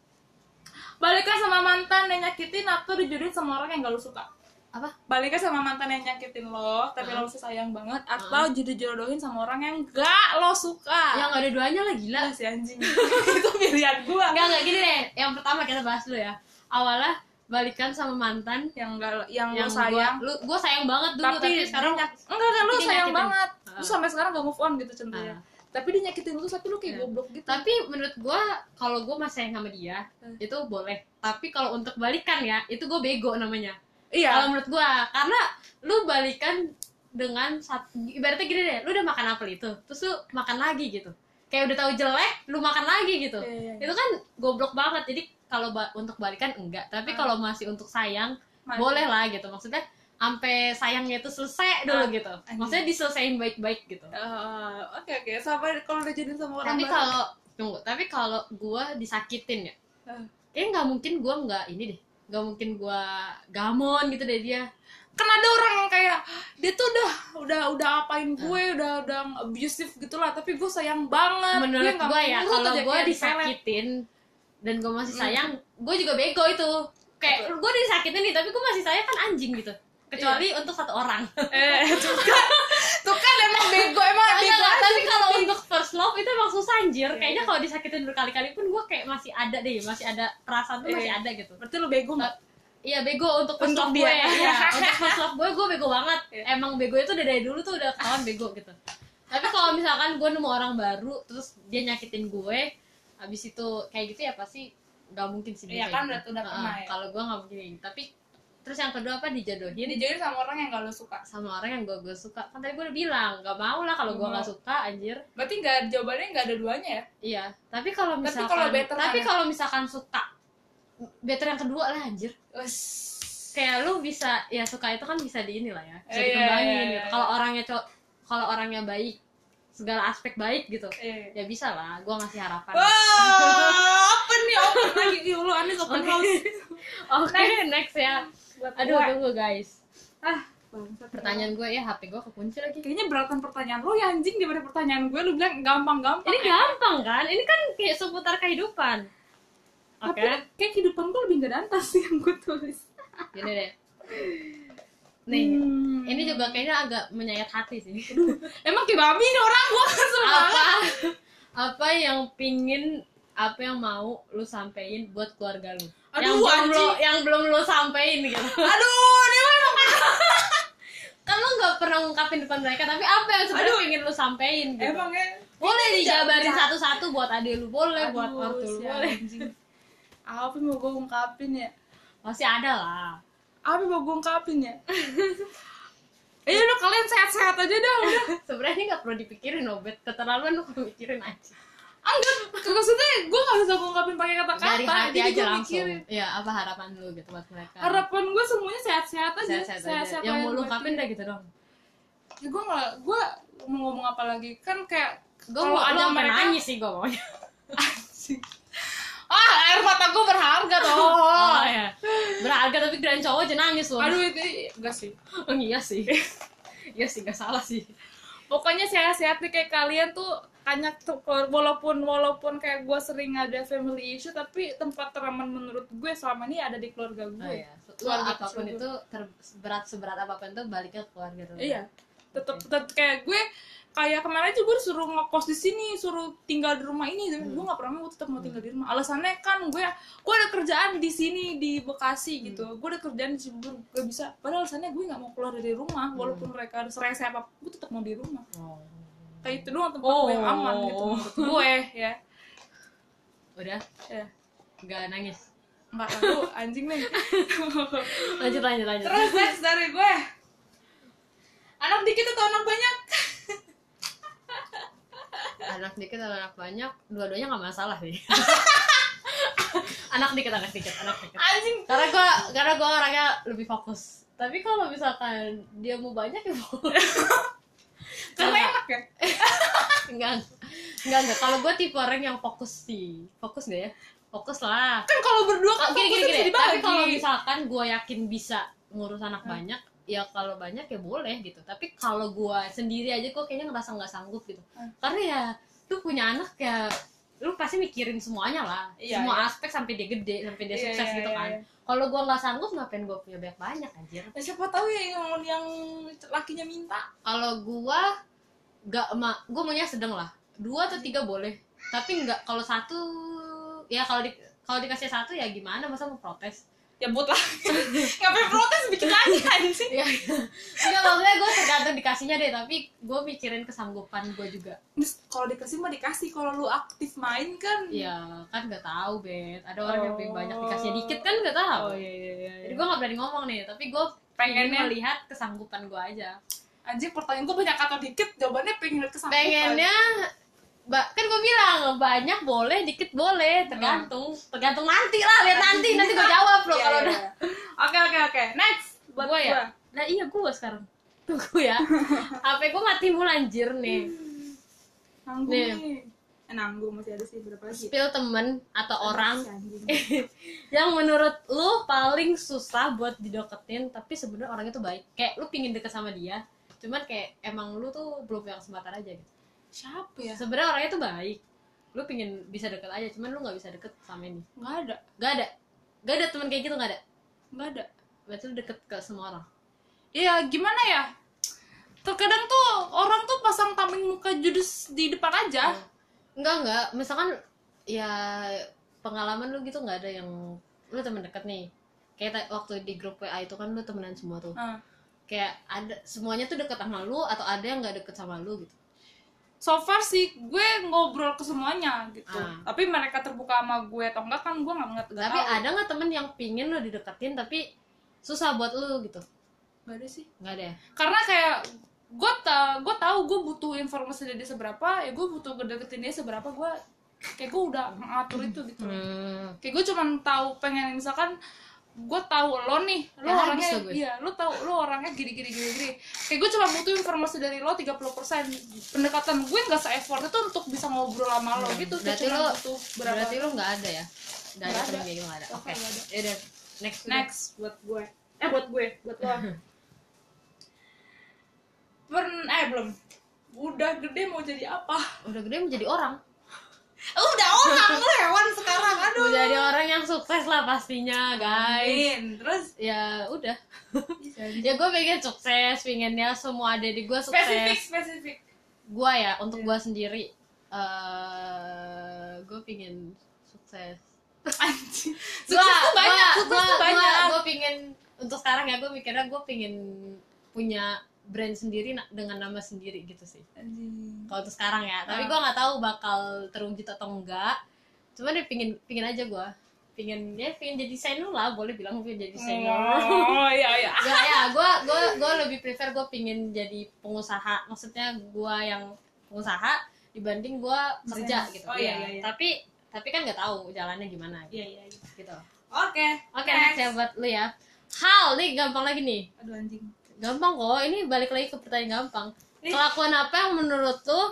S1: Balikan sama mantan yang nyakitin atau dijodohin sama orang yang gak lo suka?
S2: Apa?
S1: Balikan sama mantan yang nyakitin lo, tapi uh. lo masih sayang banget, atau uh. dijodohin sama orang yang gak lo suka?
S2: Yang ada duanya lah, gila.
S1: Si anjing. Itu pilihan gue.
S2: Enggak, enggak, gini deh. Yang pertama kita bahas dulu ya. Awalnya balikan sama mantan
S1: yang gak yang, yang lo sayang.
S2: Gua, lu, gue sayang banget dulu, tapi, tapi sekarang
S1: enggak, enggak, lu sayang nyakitin. Banget. Uh. Lu sampai sekarang gak move on gitu contohnya. Uh. Tapi dia nyakitin lu, tapi lu kayak yeah. goblok gitu.
S2: Tapi menurut gue, kalau gue masih sayang sama dia, uh. itu boleh. Tapi kalau untuk balikan ya, itu gue bego namanya.
S1: Iya.
S2: Kalau menurut gue, karena lu balikan dengan satu, ibaratnya gini deh, lu udah makan apel itu, terus lu makan lagi gitu. Kayak udah tahu jelek, lu makan lagi gitu. Yeah, yeah, yeah. Itu kan goblok banget. Jadi kalau ba- untuk balikan enggak, tapi uh. kalau masih untuk sayang, masih. Boleh lah gitu. Maksudnya sampai sayangnya itu selesai dulu uh, gitu. Maksudnya diselesain baik-baik gitu.
S1: Oke uh, oke, okay, okay. Sampai kalau udah jadi sama orang.
S2: Tapi kalau tunggu, tapi kalau gue disakitin ya, uh. kayaknya nggak mungkin gue nggak ini deh, nggak mungkin gue gamon gitu deh dia.
S1: Kan ada orang yang kayak dia tuh udah udah udah apain gue, uh. udah udah abusive gitulah, tapi gue sayang banget.
S2: Menurut gue ya, kalau gue disakitin dan gue masih sayang, hmm. gue juga bego itu. Kayak gue disakitin nih, tapi gue masih sayang, kan anjing gitu. Kecuali iya. Untuk satu orang.
S1: Eh, tuh kan, tuh kan emang bego, emang
S2: nah,
S1: bego.
S2: Enggak, tapi kalau untuk first love itu emang susah anjir. Yeah. Kayaknya kalau disakitin berkali-kali pun gue kayak masih ada deh, masih ada perasaan tuh yeah. Masih ada gitu.
S1: Berarti lu bego nggak?
S2: iya bego untuk first
S1: Untuk
S2: love gue
S1: dia.
S2: ya. Untuk first love gue gue bego banget.
S1: Iya.
S2: Emang bego itu udah dari dulu tuh udah kawan bego gitu. Tapi kalau misalkan gue nemu orang baru terus dia nyakitin gue, habis itu kayak gitu ya pasti nggak mungkin sih.
S1: Iya
S2: kayak
S1: kan,
S2: gitu.
S1: udah- udah
S2: Heeh,
S1: pernah ya.
S2: Kalau gue nggak mungkin kayak gitu. Tapi terus yang kedua apa, dijodohin
S1: Dijodohin sama orang yang gak lo suka.
S2: sama orang yang gue gue suka. Kan tadi gue udah bilang nggak mau lah kalau gue
S1: Nggak
S2: nggak
S1: mau.
S2: suka anjir.
S1: Berarti nggak, jawabannya nggak ada duanya ya?
S2: Iya, tapi kalau
S1: Tapi
S2: misalkan
S1: kalau better
S2: tapi
S1: mana?
S2: kalau misalkan suka, better yang kedua lah anjir.
S1: Us.
S2: Kayak lu bisa ya suka itu kan bisa di ini lah ya, bisa
S1: Iya,
S2: dikembangin
S1: iya,
S2: gitu.
S1: iya.
S2: Kalau orangnya co- kalau orangnya baik, segala aspek baik gitu,
S1: Iya.
S2: ya bisa lah. Gua ngasih harapan.
S1: Wah, apa nih open lagi di lu Anis open
S2: Oke.
S1: house.
S2: Oke, next ya.
S1: Buat
S2: Aduh,
S1: gue.
S2: tunggu guys.
S1: Ah, bangsat.
S2: Pertanyaan gue ya, H P gue kekunci lagi.
S1: Kayaknya beratan pertanyaan lo ya anjing daripada pertanyaan gue. Lu bilang gampang-gampang.
S2: Ini gampang kan? Ini kan kayak seputar kehidupan. Oke.
S1: Tapi kayak kehidupan gue lebih gak dantas sih yang gue tulis.
S2: Gini deh. Nih,
S1: Hmm.
S2: ini juga kayaknya agak menyayat hati sih.
S1: Emang kayak babi nih orang, gue kesel banget.
S2: apa apa yang pingin, apa yang mau lu sampein buat keluarga lu,
S1: Aduh,
S2: yang belum
S1: anjing.
S2: lu yang belum lu sampein gitu.
S1: Aduh, ini mah emang
S2: Kan lu nggak pernah ngungkapin depan mereka, tapi apa yang sebenarnya
S1: Aduh.
S2: pingin lu sampein gitu.
S1: emangnya
S2: Boleh dijabarin
S1: Jangan.
S2: satu-satu buat adik lu, boleh buat
S1: Aduh,
S2: ortu lu,
S1: si
S2: boleh.
S1: anjing. Apa yang mau gue ungkapin ya?
S2: Masih ada lah.
S1: Apa yang mau gue ungkapin ya? Eh udah, kalian sehat-sehat aja dah udah.
S2: Sebenarnya ini nggak perlu dipikirin, Obet. Keterlaluan lu kalau mikirin aja.
S1: Enggak, maksudnya gue gak bisa ngungkapin pakai kata-kata.
S2: Dari hati
S1: jadi
S2: aja
S1: gua
S2: langsung.
S1: mikirin.
S2: Ya, apa harapan lu gitu buat mereka?
S1: Harapan gue semuanya sehat-sehat aja.
S2: Sehat-sehat aja. Yang mau lu ungkapin dah gitu dong.
S1: Ya gue gak, gue mau ngomong apa lagi? Kan kayak
S2: Gue
S1: kalau
S2: mau
S1: ada
S2: sampai
S1: mereka
S2: nangis sih gue maunya.
S1: Anjing. Ah, air mata gue berharga toh.
S2: Oh ya, berharga tapi keren cowok aja nangis loh.
S1: Aduh itu enggak sih.
S2: Oh, iya sih. Iya sih, gak salah sih.
S1: Pokoknya sehat-sehat nih kayak kalian tuh banyak tuh, walaupun walaupun kayak gue sering ada family issue, tapi tempat teraman menurut gue selama ini ada di keluarga gue.
S2: Oh iya, lo
S1: Keluarga
S2: apapun
S1: kecil
S2: itu ter- berat seberat apapun itu baliknya ke keluarga dulu.
S1: Iya, tetep, tetep kayak gue kayak kemarin aja gue disuruh ngekos di sini, suruh tinggal di rumah ini, tapi
S2: Hmm.
S1: gue nggak pernah mau, tetap mau tinggal di rumah. Alasannya kan gue gue ada kerjaan di sini di Bekasi
S2: Hmm.
S1: gitu, gue ada kerjaan di Cibubur, gak bisa. Padahal alasannya gue nggak mau keluar dari rumah,
S2: Hmm.
S1: walaupun mereka harus rese apa, gue tetap mau di rumah.
S2: Oh.
S1: Kayak itu doang tempat
S2: Oh.
S1: gue yang aman gitu menurut gue ya.
S2: Udah,
S1: Ya,
S2: nggak nangis.
S1: nggak tahu anjing nih.
S2: Lanjut lanjut lanjut.
S1: Terus next dari gue, anak dikit atau anak banyak?
S2: Anak dikit atau anak banyak, dua-duanya nggak masalah sih. Anak dikit, anak dikit, anak dikit.
S1: Anjing.
S2: Karena gua karena gua orangnya lebih fokus. Tapi kalau misalkan dia mau banyak ya fokus.
S1: Karena enak ya.
S2: enggak enggak enggak kalau gue tipe orang yang fokus sih, fokus gak ya, fokus lah.
S1: Kan kalau berdua kan
S2: Oh, gini gini
S1: fokusnya
S2: gini
S1: bisa
S2: tapi
S1: dibagi.
S2: kalau misalkan gue yakin bisa ngurus anak
S1: Hmm.
S2: banyak, ya kalau banyak ya boleh gitu. Tapi kalau gue sendiri aja gue kayaknya ngerasa nggak sanggup gitu.
S1: Hmm.
S2: Karena ya lu punya anak ya, lu pasti mikirin semuanya lah,
S1: Iya,
S2: semua
S1: iya.
S2: aspek sampai dia gede, sampai dia
S1: Iya,
S2: sukses
S1: iya,
S2: gitu
S1: iya,
S2: kan.
S1: iya.
S2: Kalau gue nggak sanggup, ngapain gue punya banyak banyak anjir.
S1: Ya, siapa tahu ya yang yang lakinya minta.
S2: Kalau gue nggak emak, gue maunya sedang lah, dua atau tiga boleh, tapi nggak kalau satu ya, kalau di kalau dikasih satu ya gimana, masa mau protes.
S1: Ya but lah. Ngapain protes, bikin lagi anjing.
S2: Ya, nggak, maksudnya gue tergantung dikasihnya deh, tapi gue mikirin kesanggupan gue juga.
S1: Terus kalau dikasih mah dikasih, kalau lu aktif main kan.
S2: Ya kan nggak tahu bet, ada orang yang lebih
S1: Oh.
S2: banyak dikasihnya dikit kan nggak tahu.
S1: Oh iya iya iya.
S2: Jadi gue nggak berani ngomong nih, tapi gue pengen
S1: Pengennya-
S2: melihat kesanggupan gue aja.
S1: Anjing, pertanyaan gue banyak atau dikit, jawabannya pengen lihat kesanggupan.
S2: Pengennya ba- kan gue bilang banyak boleh, dikit boleh, tergantung tergantung nanti lah, lihat nanti nanti gue jawab loh
S1: Iya,
S2: kalau
S1: iya,
S2: udah.
S1: iya. Oke oke oke. Next buat
S2: Gue ya,
S1: gua.
S2: nah iya gue sekarang tunggu ya, H P gue mati mulu anjir nih.
S1: Nanggung
S2: Nih.
S1: nih. Eh, nanggung masih ada sih berapa lagi?
S2: Spill temen atau orang
S1: Si anjing.
S2: yang menurut lu paling susah buat dideketin, tapi sebenarnya orangnya tuh baik, kayak lu pingin deket sama dia, cuman kayak emang lu tuh belum punya kesempatan aja gitu.
S1: Siapa ya?
S2: Sebenarnya orangnya tuh baik, lu pingin bisa deket aja, cuman lu nggak bisa deket sama ini.
S1: Nggak ada.
S2: Gak ada, gak ada teman kayak gitu, gak ada.
S1: Nggak ada.
S2: Berarti lu deket ke semua orang.
S1: Ya gimana ya? Terkadang tuh orang tuh pasang tameng muka judes di depan aja.
S2: Enggak enggak, misalkan ya pengalaman lu gitu nggak ada yang lu teman deket nih, kayak ta- waktu di grup W A itu kan lu temenan semua tuh.
S1: Uh.
S2: Kayak ada semuanya tuh deket sama lu atau ada yang nggak deket sama lu gitu?
S1: So far sih gue ngobrol ke semuanya gitu.
S2: Ah.
S1: Tapi mereka terbuka sama gue atau enggak kan gue nggak ngerti.
S2: Tapi ada nggak temen yang pingin lu dideketin tapi susah buat lu gitu?
S1: Gak ada sih.
S2: Nggak ada ya?
S1: Karena kayak gue ta gue tahu gue butuh informasi dari dia seberapa, ya gue butuh ngedeketin dia seberapa, gue kayak gue udah ngatur itu gitu.
S2: Hmm.
S1: Kayak gue cuma tahu pengen misalkan gue tahu lo nih, lo
S2: Ya,
S1: orangnya,
S2: habis tuh gue.
S1: iya, lo tahu lo orangnya gini gini gini gini. Kayak gue cuma butuh informasi dari lo tiga puluh persen. Pendekatan gue nggak se-effort itu untuk bisa ngobrol sama lo
S2: Hmm.
S1: gitu. Kayak
S2: Berarti
S1: cuma
S2: lo
S1: butuh berapa.
S2: berarti lo nggak ada ya? Nggak ada
S1: Nggak
S2: temen
S1: ada.
S2: kayak gitu nggak ada.
S1: Oke,
S2: Oke.
S1: nggak ada.
S2: Ya udah. Next.
S1: Next buat gue. Eh buat gue, buat lo. Pern eh belum. Udah gede mau jadi apa?
S2: Udah gede menjadi orang.
S1: Udah orang lu hewan sekarang. Aduh.
S2: Mau jadi orang yang sukses lah pastinya guys.
S1: Amin. Terus
S2: Ya udah. Ya gue pengen sukses, pengennya semua adik gue sukses.
S1: spesifik spesifik.
S2: Gue ya untuk gue sendiri, eh gue pengen sukses.
S1: Anjing. Sukses tuh banyak, sukses tuh banyak.
S2: Gue pengen untuk sekarang ya gue mikirnya gue pengen punya brand sendiri na- dengan nama sendiri gitu sih.
S1: Anjing.
S2: Kalau untuk sekarang ya, tapi
S1: Ah.
S2: gue nggak tahu bakal terwujud atau enggak. Cuman dia pingin pingin aja gue, pingin ya pingin jadi desainer lah, boleh bilang pingin jadi desainer.
S1: Oh iya iya.
S2: Gak ya, gue gue gue lebih prefer gue pingin jadi pengusaha, maksudnya gue yang pengusaha dibanding gue kerja
S1: Desainer.
S2: gitu.
S1: Oh, iya, iya, iya.
S2: Tapi tapi kan nggak tahu jalannya gimana gitu.
S1: Iya iya iya.
S2: gitu.
S1: Oke.
S2: Oke, next ya buat lu ya. Hal nih gampang lagi nih.
S1: Aduh anjing.
S2: Gampang kok. Ini balik lagi ke pertanyaan gampang.
S1: Nih.
S2: Kelakuan apa yang menurut lu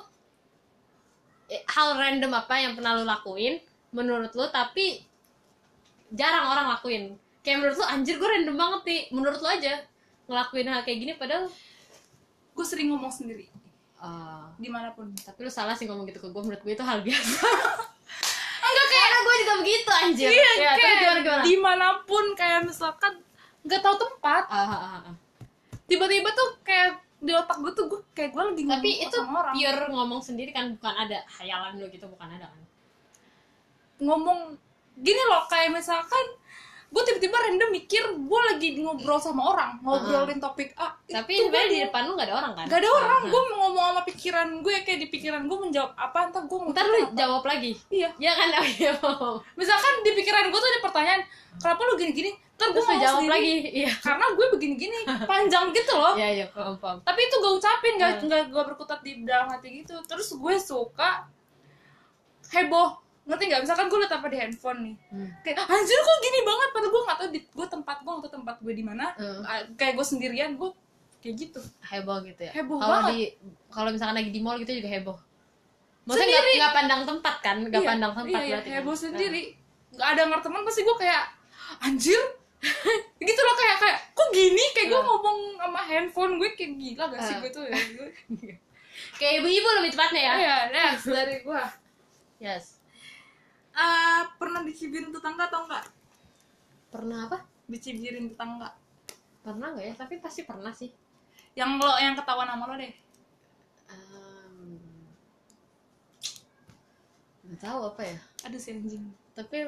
S2: eh, hal random apa yang pernah lu lakuin menurut lu tapi jarang orang lakuin. Kayak menurut lu anjir gue random banget nih. Menurut lu aja ngelakuin hal kayak gini padahal
S1: Gue sering ngomong sendiri
S2: uh,
S1: dimanapun.
S2: tapi lu salah sih ngomong gitu ke gue. Menurut gue itu hal biasa.
S1: Enggak kayak
S2: Karena gue juga begitu anjir.
S1: iya,
S2: Ya, tapi
S1: kayak
S2: gimana gimana?
S1: dimanapun kayak misalkan nggak tahu tempat,
S2: Ah, ah, ah, ah.
S1: tiba-tiba tuh kayak di otak gue tuh gue kayak gue lagi ngomong
S2: Tapi itu
S1: sama orang.
S2: pure ngomong sendiri kan, bukan ada hayalan lu gitu, bukan ada kan?
S1: Ngomong gini loh kayak misalkan gue tiba-tiba random mikir gue lagi ngobrol sama orang, ngobrolin topik A.
S2: Tapi
S1: itu
S2: sebenarnya
S1: gua-
S2: di depan lu gak ada orang kan?
S1: Gak ada orang,
S2: Ah,
S1: gue ngomong sama pikiran gue, kayak di pikiran gue menjawab apa, entar gue
S2: ah. Ntar lu jawab lagi.
S1: Iya,
S2: Ya kan? Oh iya.
S1: misalkan di pikiran gue tuh ada pertanyaan, kenapa lu gini-gini, ntar gue
S2: Terus lu
S1: mau
S2: jawab
S1: sendiri,
S2: lagi. Iya.
S1: karena gue begini-gini, panjang gitu loh.
S2: Iya iya, paham paham.
S1: Tapi itu gue ucapin, gak,
S2: Hmm.
S1: nggak gue berkutat di dalam hati gitu. Terus gue suka heboh, ngerti nggak? Misalkan gue liat apa di handphone nih,
S2: Hmm.
S1: kayak anjir kok gini banget, padahal gue nggak tahu di gue tempat gue nggak tahu tempat gue di mana.
S2: Hmm.
S1: Ah, kayak gue sendirian, gue kayak gitu.
S2: Heboh gitu ya.
S1: Heboh
S2: Kalau
S1: banget.
S2: di kalau misalkan lagi di mall gitu juga heboh. Maksudnya nggak
S1: Sendiri.
S2: nggak pandang tempat kan? Nggak
S1: Iya,
S2: pandang tempat
S1: iya,
S2: berarti.
S1: heboh
S2: kan?
S1: sendiri. Nggak ada ngerti teman, pasti gue kayak anjir gitu loh, kayak kayak kok gini, kayak gue
S2: Nah.
S1: ngomong sama handphone gue kayak gila gak sih
S2: Ah.
S1: gue tuh ya. Gue-
S2: Kayak ibu-ibu lebih tepatnya ya.
S1: Iya, next dari gue.
S2: Yes.
S1: Ah, pernah dicibirin tetangga atau enggak?
S2: Pernah apa?
S1: Dicibirin tetangga.
S2: Pernah nggak ya? Tapi pasti pernah sih.
S1: Yang lo yang ketahuan sama lo deh.
S2: Um, nggak tahu apa ya.
S1: Aduh si anjing.
S2: Tapi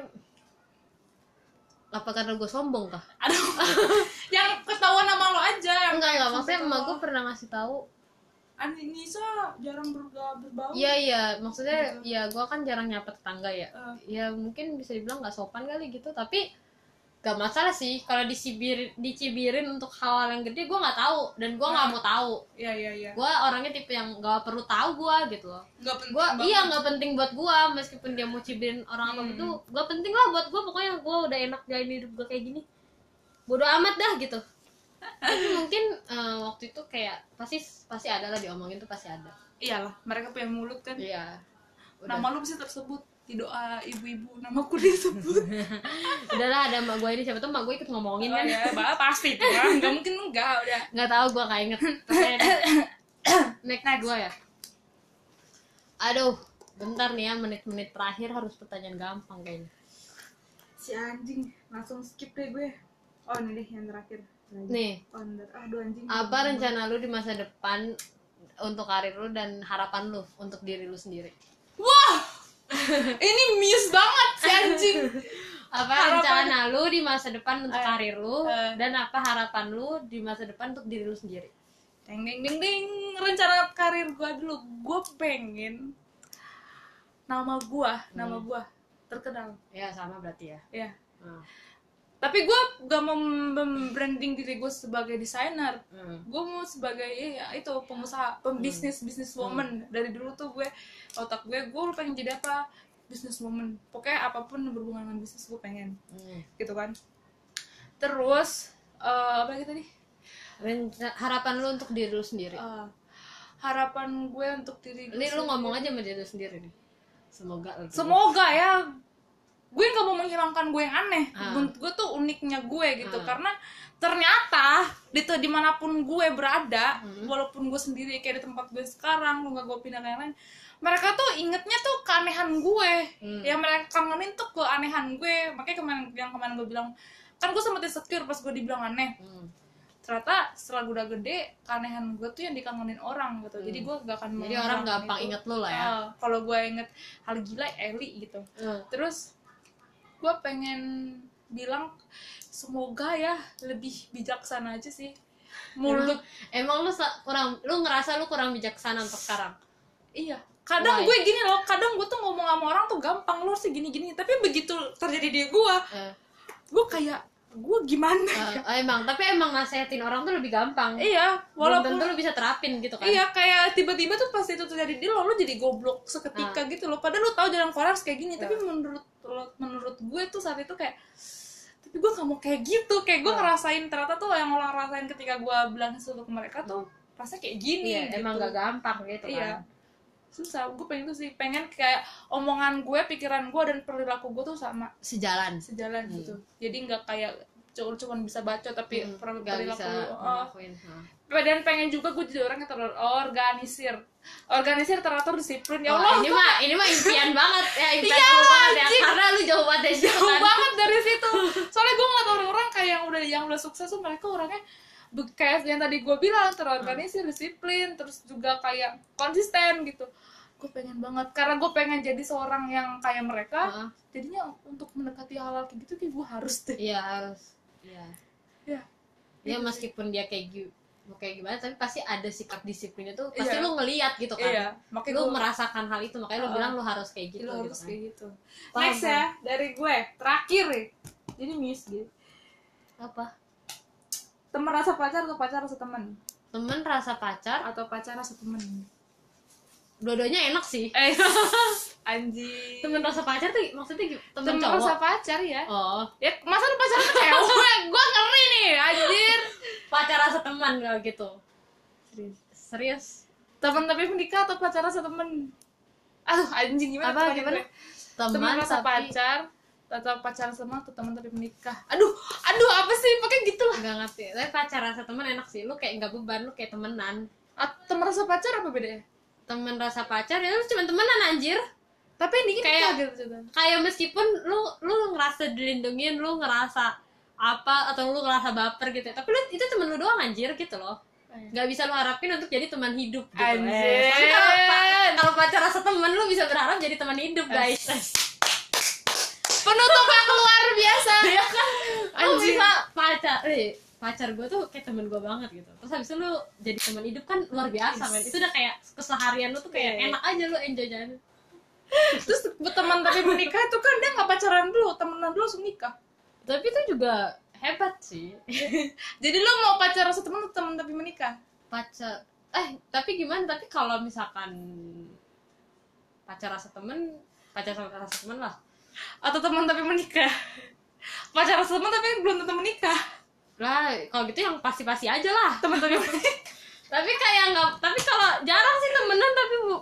S2: apa karena gue sombong kah?
S1: Aduh. Yang ketahuan sama lo aja. Yang
S2: Enggak enggak,
S1: sampai
S2: maksudnya
S1: ke
S2: emak
S1: lo.
S2: gue pernah ngasih tahu.
S1: Ani Nisa jarang berga- berbau.
S2: Iya iya, maksudnya
S1: Gitu.
S2: ya gue kan jarang nyapa tetangga ya.
S1: Eh.
S2: Ya mungkin bisa dibilang nggak sopan kali gitu, tapi gak masalah sih kalau dicibirin dicibirin untuk hal yang gede gue nggak tahu dan gue nggak
S1: Nah.
S2: mau tahu.
S1: Iya iya iya.
S2: Gue orangnya tipe yang nggak perlu tahu gue gitu loh.
S1: Enggak penting.
S2: Gue
S1: banget.
S2: iya nggak penting buat gue meskipun dia mau cibirin orang apa
S1: Hmm.
S2: gitu, gak penting lah buat gue, pokoknya gue udah enak jalanin hidup gue kayak gini, bodo amat dah gitu. Tapi mungkin eh, waktu itu kayak pasti pasti ada lah diomongin tuh, pasti ada.
S1: Iyalah, mereka punya mulut kan.
S2: Iya. Udah.
S1: Nama lu bisa tersebut di doa ibu-ibu, namaku disebut.
S2: Udahlah, ada emak gue ini, siapa tuh emak gue ikut ngomongin
S1: Oh
S2: kan.
S1: ya, bah, pasti tuh kan. Enggak mungkin enggak udah.
S2: Nggak tahu gue nggak inget. Pokoknya next, next. gue ya. Aduh, bentar nih ya, menit-menit terakhir harus pertanyaan gampang kayaknya.
S1: Si anjing, langsung skip deh gue. Oh ini deh yang terakhir.
S2: Nih,
S1: Oh, ntar. Aduh anjing.
S2: apa rencana lu di masa depan untuk karir lu dan harapan lu untuk diri lu sendiri?
S1: Wah! Ini miss banget si anjing.
S2: Apa
S1: Harapan-
S2: rencana lu di masa depan untuk
S1: Eh,
S2: karir lu
S1: eh.
S2: dan apa harapan lu di masa depan untuk diri lu sendiri?
S1: Ding ding ding ding, rencana karir gue dulu, gue pengen nama gue, nama
S2: Hmm.
S1: gue terkenal,
S2: Ya sama berarti ya.
S1: ya.
S2: Hmm.
S1: Tapi gue gak mau membranding diri gue sebagai desainer,
S2: Hmm.
S1: gue mau sebagai ya itu pengusaha, pembisnis, business woman. Dari dulu tuh gue otak gue, gue pengen jadi apa, business woman. Pokoknya apapun yang berhubungan dengan bisnis gue pengen,
S2: Hmm.
S1: gitu kan. Terus eh, apa lagi tadi?
S2: Renca- harapan lu untuk diri lu sendiri.
S1: Eh, harapan gue untuk diri gue
S2: Ini lu
S1: sendiri-
S2: ngomong aja sama diri lu sendiri nih. Semoga lu.
S1: Semoga ya, gue gak mau menghilangkan gue yang aneh.
S2: Ah.
S1: Menurut gue tuh uniknya gue gitu,
S2: Ah.
S1: karena ternyata di dimanapun gue berada,
S2: Hmm.
S1: walaupun gue sendiri kayak di tempat gue sekarang, nggak gue pindah ke yang lain, mereka tuh ingetnya tuh keanehan gue.
S2: Hmm.
S1: Yang mereka kangenin tuh keanehan gue. Makanya kemarin yang kemarin gue bilang, kan gue sempet insecure pas gue dibilang aneh.
S2: Hmm.
S1: Ternyata setelah gue udah gede, keanehan gue tuh yang dikangenin orang gitu.
S2: Hmm.
S1: Jadi gue gak akan
S2: Jadi
S1: menghilangkan
S2: orang gampang
S1: itu.
S2: inget lu lah ya.
S1: Ah, kalau gue inget hal gila, Eli gitu.
S2: Hmm.
S1: Terus gue pengen bilang semoga ya lebih bijaksana aja sih. Mulut
S2: Emang lu sa- kurang, lu ngerasa lu kurang bijaksana untuk sekarang?
S1: iya. Kadang
S2: Why?
S1: gue gini loh, kadang gue tuh ngomong sama orang tuh gampang, lu harus gini-gini. Tapi begitu terjadi di gue,
S2: Eh,
S1: gue kayak gue gimana?
S2: eh, emang, tapi emang nasehatin orang tuh lebih gampang.
S1: Iya,
S2: Belum
S1: walaupun
S2: tentu lu bisa terapin gitu kan.
S1: iya kayak tiba-tiba tuh pas itu terjadi di lo, lo jadi goblok seketika
S2: Ah.
S1: gitu loh. Padahal lo tahu jalan keluar harus kayak gini,
S2: Ah.
S1: tapi menurut lo, menurut gue tuh saat itu kayak, tapi gue gak mau kayak gitu. Kayak gue
S2: Ah.
S1: ngerasain ternyata tuh yang orang rasain ketika gue bilang sesuatu ke mereka tuh rasanya kayak gini.
S2: Iya,
S1: gitu.
S2: emang gak gampang gitu
S1: Iya.
S2: kan.
S1: Susah. Gue pengen tuh sih, pengen kayak omongan gue, pikiran gue dan perilaku gue tuh sama
S2: Sejalan.
S1: sejalan
S2: Hmm.
S1: gitu. Jadi nggak kayak cuma cuman bisa baca tapi
S2: Hmm,
S1: per-
S2: gak
S1: perilaku
S2: bisa
S1: oh.
S2: ngelakuin. Hmm.
S1: Dan pengen juga gue jadi orang yang terorganisir, organisir, teratur, disiplin. Ya
S2: Wah,
S1: Allah,
S2: ini mah ini mah impian banget ya, impian
S1: Iya,
S2: lu banget ya,
S1: anjing.
S2: karena lu jauh banget dari situ
S1: jauh
S2: kan.
S1: banget dari situ. Soalnya gue ngeliat orang-orang kayak yang udah yang udah sukses tuh, mereka orangnya be- kayak yang tadi gue bilang, terorganisir, disiplin, terus juga kayak konsisten gitu. Gue pengen banget, karena gue pengen jadi seorang yang kayak mereka.
S2: Heeh.
S1: Jadinya untuk mendekati hal-hal kayak gitu kayak gue harus deh.
S2: Iya harus. Iya.
S1: Ya.
S2: Ya meskipun dia kayak gitu mau kayak gimana, tapi pasti ada sikap disiplinnya tuh, pasti
S1: Iya.
S2: lu ngeliat gitu kan.
S1: Iya, makanya
S2: Lu
S1: gua-
S2: merasakan hal itu, makanya lu
S1: Uh-uh.
S2: bilang lu harus kayak gitu.
S1: Lo harus
S2: gitu kan.
S1: kayak gitu.
S2: Paham,
S1: Next ya, dari gue terakhir nih. Jadi miss gitu.
S2: Apa?
S1: Temen rasa pacar atau pacar rasa temen?
S2: Temen rasa pacar,
S1: Atau pacar rasa temen?
S2: dua-duanya enak sih.
S1: Eh, anjing.
S2: Temen rasa pacar tuh maksudnya gi- temen,
S1: Temen
S2: cowok.
S1: rasa pacar ya?
S2: Oh,
S1: Ya masa lu pacaran sama cewek? Gue ngeri nih, anjir.
S2: pacar rasa teman kalau gitu.
S1: Serius.
S2: Serius.
S1: Temen tapi menikah atau pacar rasa temen? Aduh, anjing gimana?
S2: Apa,
S1: pertanyaan
S2: gimana?
S1: gue?
S2: Teman
S1: Temen rasa
S2: tapi
S1: pacar atau pacaran sama atau temen tapi menikah? Aduh, aduh apa sih? Pakai gitu lah.
S2: nggak ngerti. Tapi pacar rasa teman enak sih. Lu kayak nggak beban, lu kayak temenan.
S1: Ah, temen rasa pacar apa bedanya?
S2: Temen rasa pacar ya lu cuma temenan anjir.
S1: Tapi yang dingin
S2: Kayak-
S1: gitu gitu.
S2: Kayak meskipun lu lu ngerasa dilindungin, lu ngerasa apa atau lu ngerasa baper gitu. Tapi lu itu temen lu doang anjir gitu loh. Nggak bisa lu harapin untuk jadi teman hidup gitu.
S1: Anjir.
S2: Tapi kalau pa- kalau pacar rasa teman lu bisa berharap jadi teman hidup, guys.
S1: Penutup yang luar biasa.
S2: Ya kan? Lu
S1: Anjir.
S2: bisa pacar, eh, pacar gue tuh kayak temen gue banget gitu. Terus habis itu lu jadi teman hidup kan luar biasa, men. Itu udah kayak keseharian lu tuh kayak
S1: Iya.
S2: enak aja lu enjoy jalan.
S1: Terus teman tapi menikah itu kan dia nggak pacaran dulu, temenan dulu langsung nikah.
S2: Tapi itu juga hebat sih.
S1: Jadi lo mau pacar rasa temen atau temen tapi menikah?
S2: Pacar eh tapi gimana, tapi kalau misalkan pacar rasa temen, pacar sama rasa temen lah.
S1: Atau teman tapi menikah? Pacar rasa temen tapi belum tentu menikah.
S2: Lah kalau gitu yang pasti-pasti aja lah.
S1: Teman tapi menikah.
S2: Tapi kayak nggak, tapi kalau jarang sih temenan, tapi bu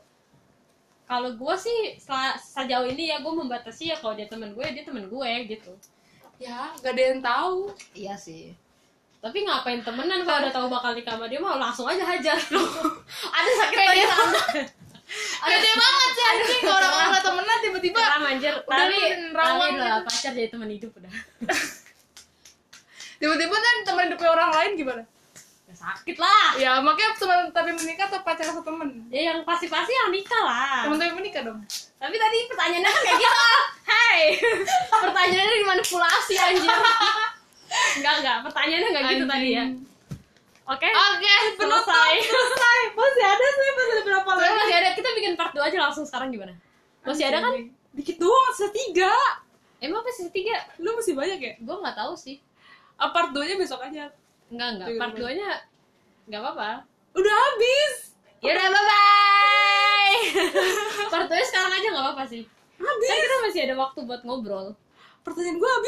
S2: kalau gue sih setelah, sejauh ini ya gue membatasi ya, kalau dia temen gue dia temen gue gitu.
S1: Ya, gak ada yang tahu.
S2: Iya sih. Tapi ngapain temenan kalau udah tahu bakal nikah sama dia, mau langsung aja hajar lu. Ada sakit lagi tangan.
S1: Gede banget sih anjing kalau orang nggak temenan tiba-tiba.
S2: Seram anjir.
S1: Udah
S2: Tapi
S1: nerawang
S2: tapi lah
S1: gitu.
S2: pacar jadi teman hidup udah.
S1: Tiba-tiba kan teman hidupnya orang lain gimana?
S2: Ya, sakit lah.
S1: Ya makanya teman tapi menikah atau pacaran sama temen?
S2: Ya yang pasti-pasti yang nikah lah.
S1: Temen tapi menikah dong.
S2: Tapi tadi pertanyaannya kan kayak gitu. Hai. Pertanyaannya dimanipulasi anjir. Enggak enggak, pertanyaannya enggak gitu tadi ya. Oke.
S1: Oke,
S2: selesai.
S1: Selesai. Masih ada sih, masih ada berapa
S2: Tapi
S1: lagi?
S2: masih ada, kita bikin part dua aja langsung sekarang gimana? Masih ada kan?
S1: Dikit doang, setiga.
S2: Emang apa sih tiga?
S1: Lu masih banyak ya?
S2: Gue nggak tahu sih.
S1: Ah, part dua nya besok aja.
S2: Enggak enggak.
S1: Tiga
S2: Part
S1: menit.
S2: dua nya nggak apa-apa.
S1: Udah habis.
S2: Ya udah bye bye. Part dua nya sekarang aja nggak apa-apa sih.
S1: Habis.
S2: Kan kita masih ada waktu buat ngobrol.
S1: Pertanyaan gue habis.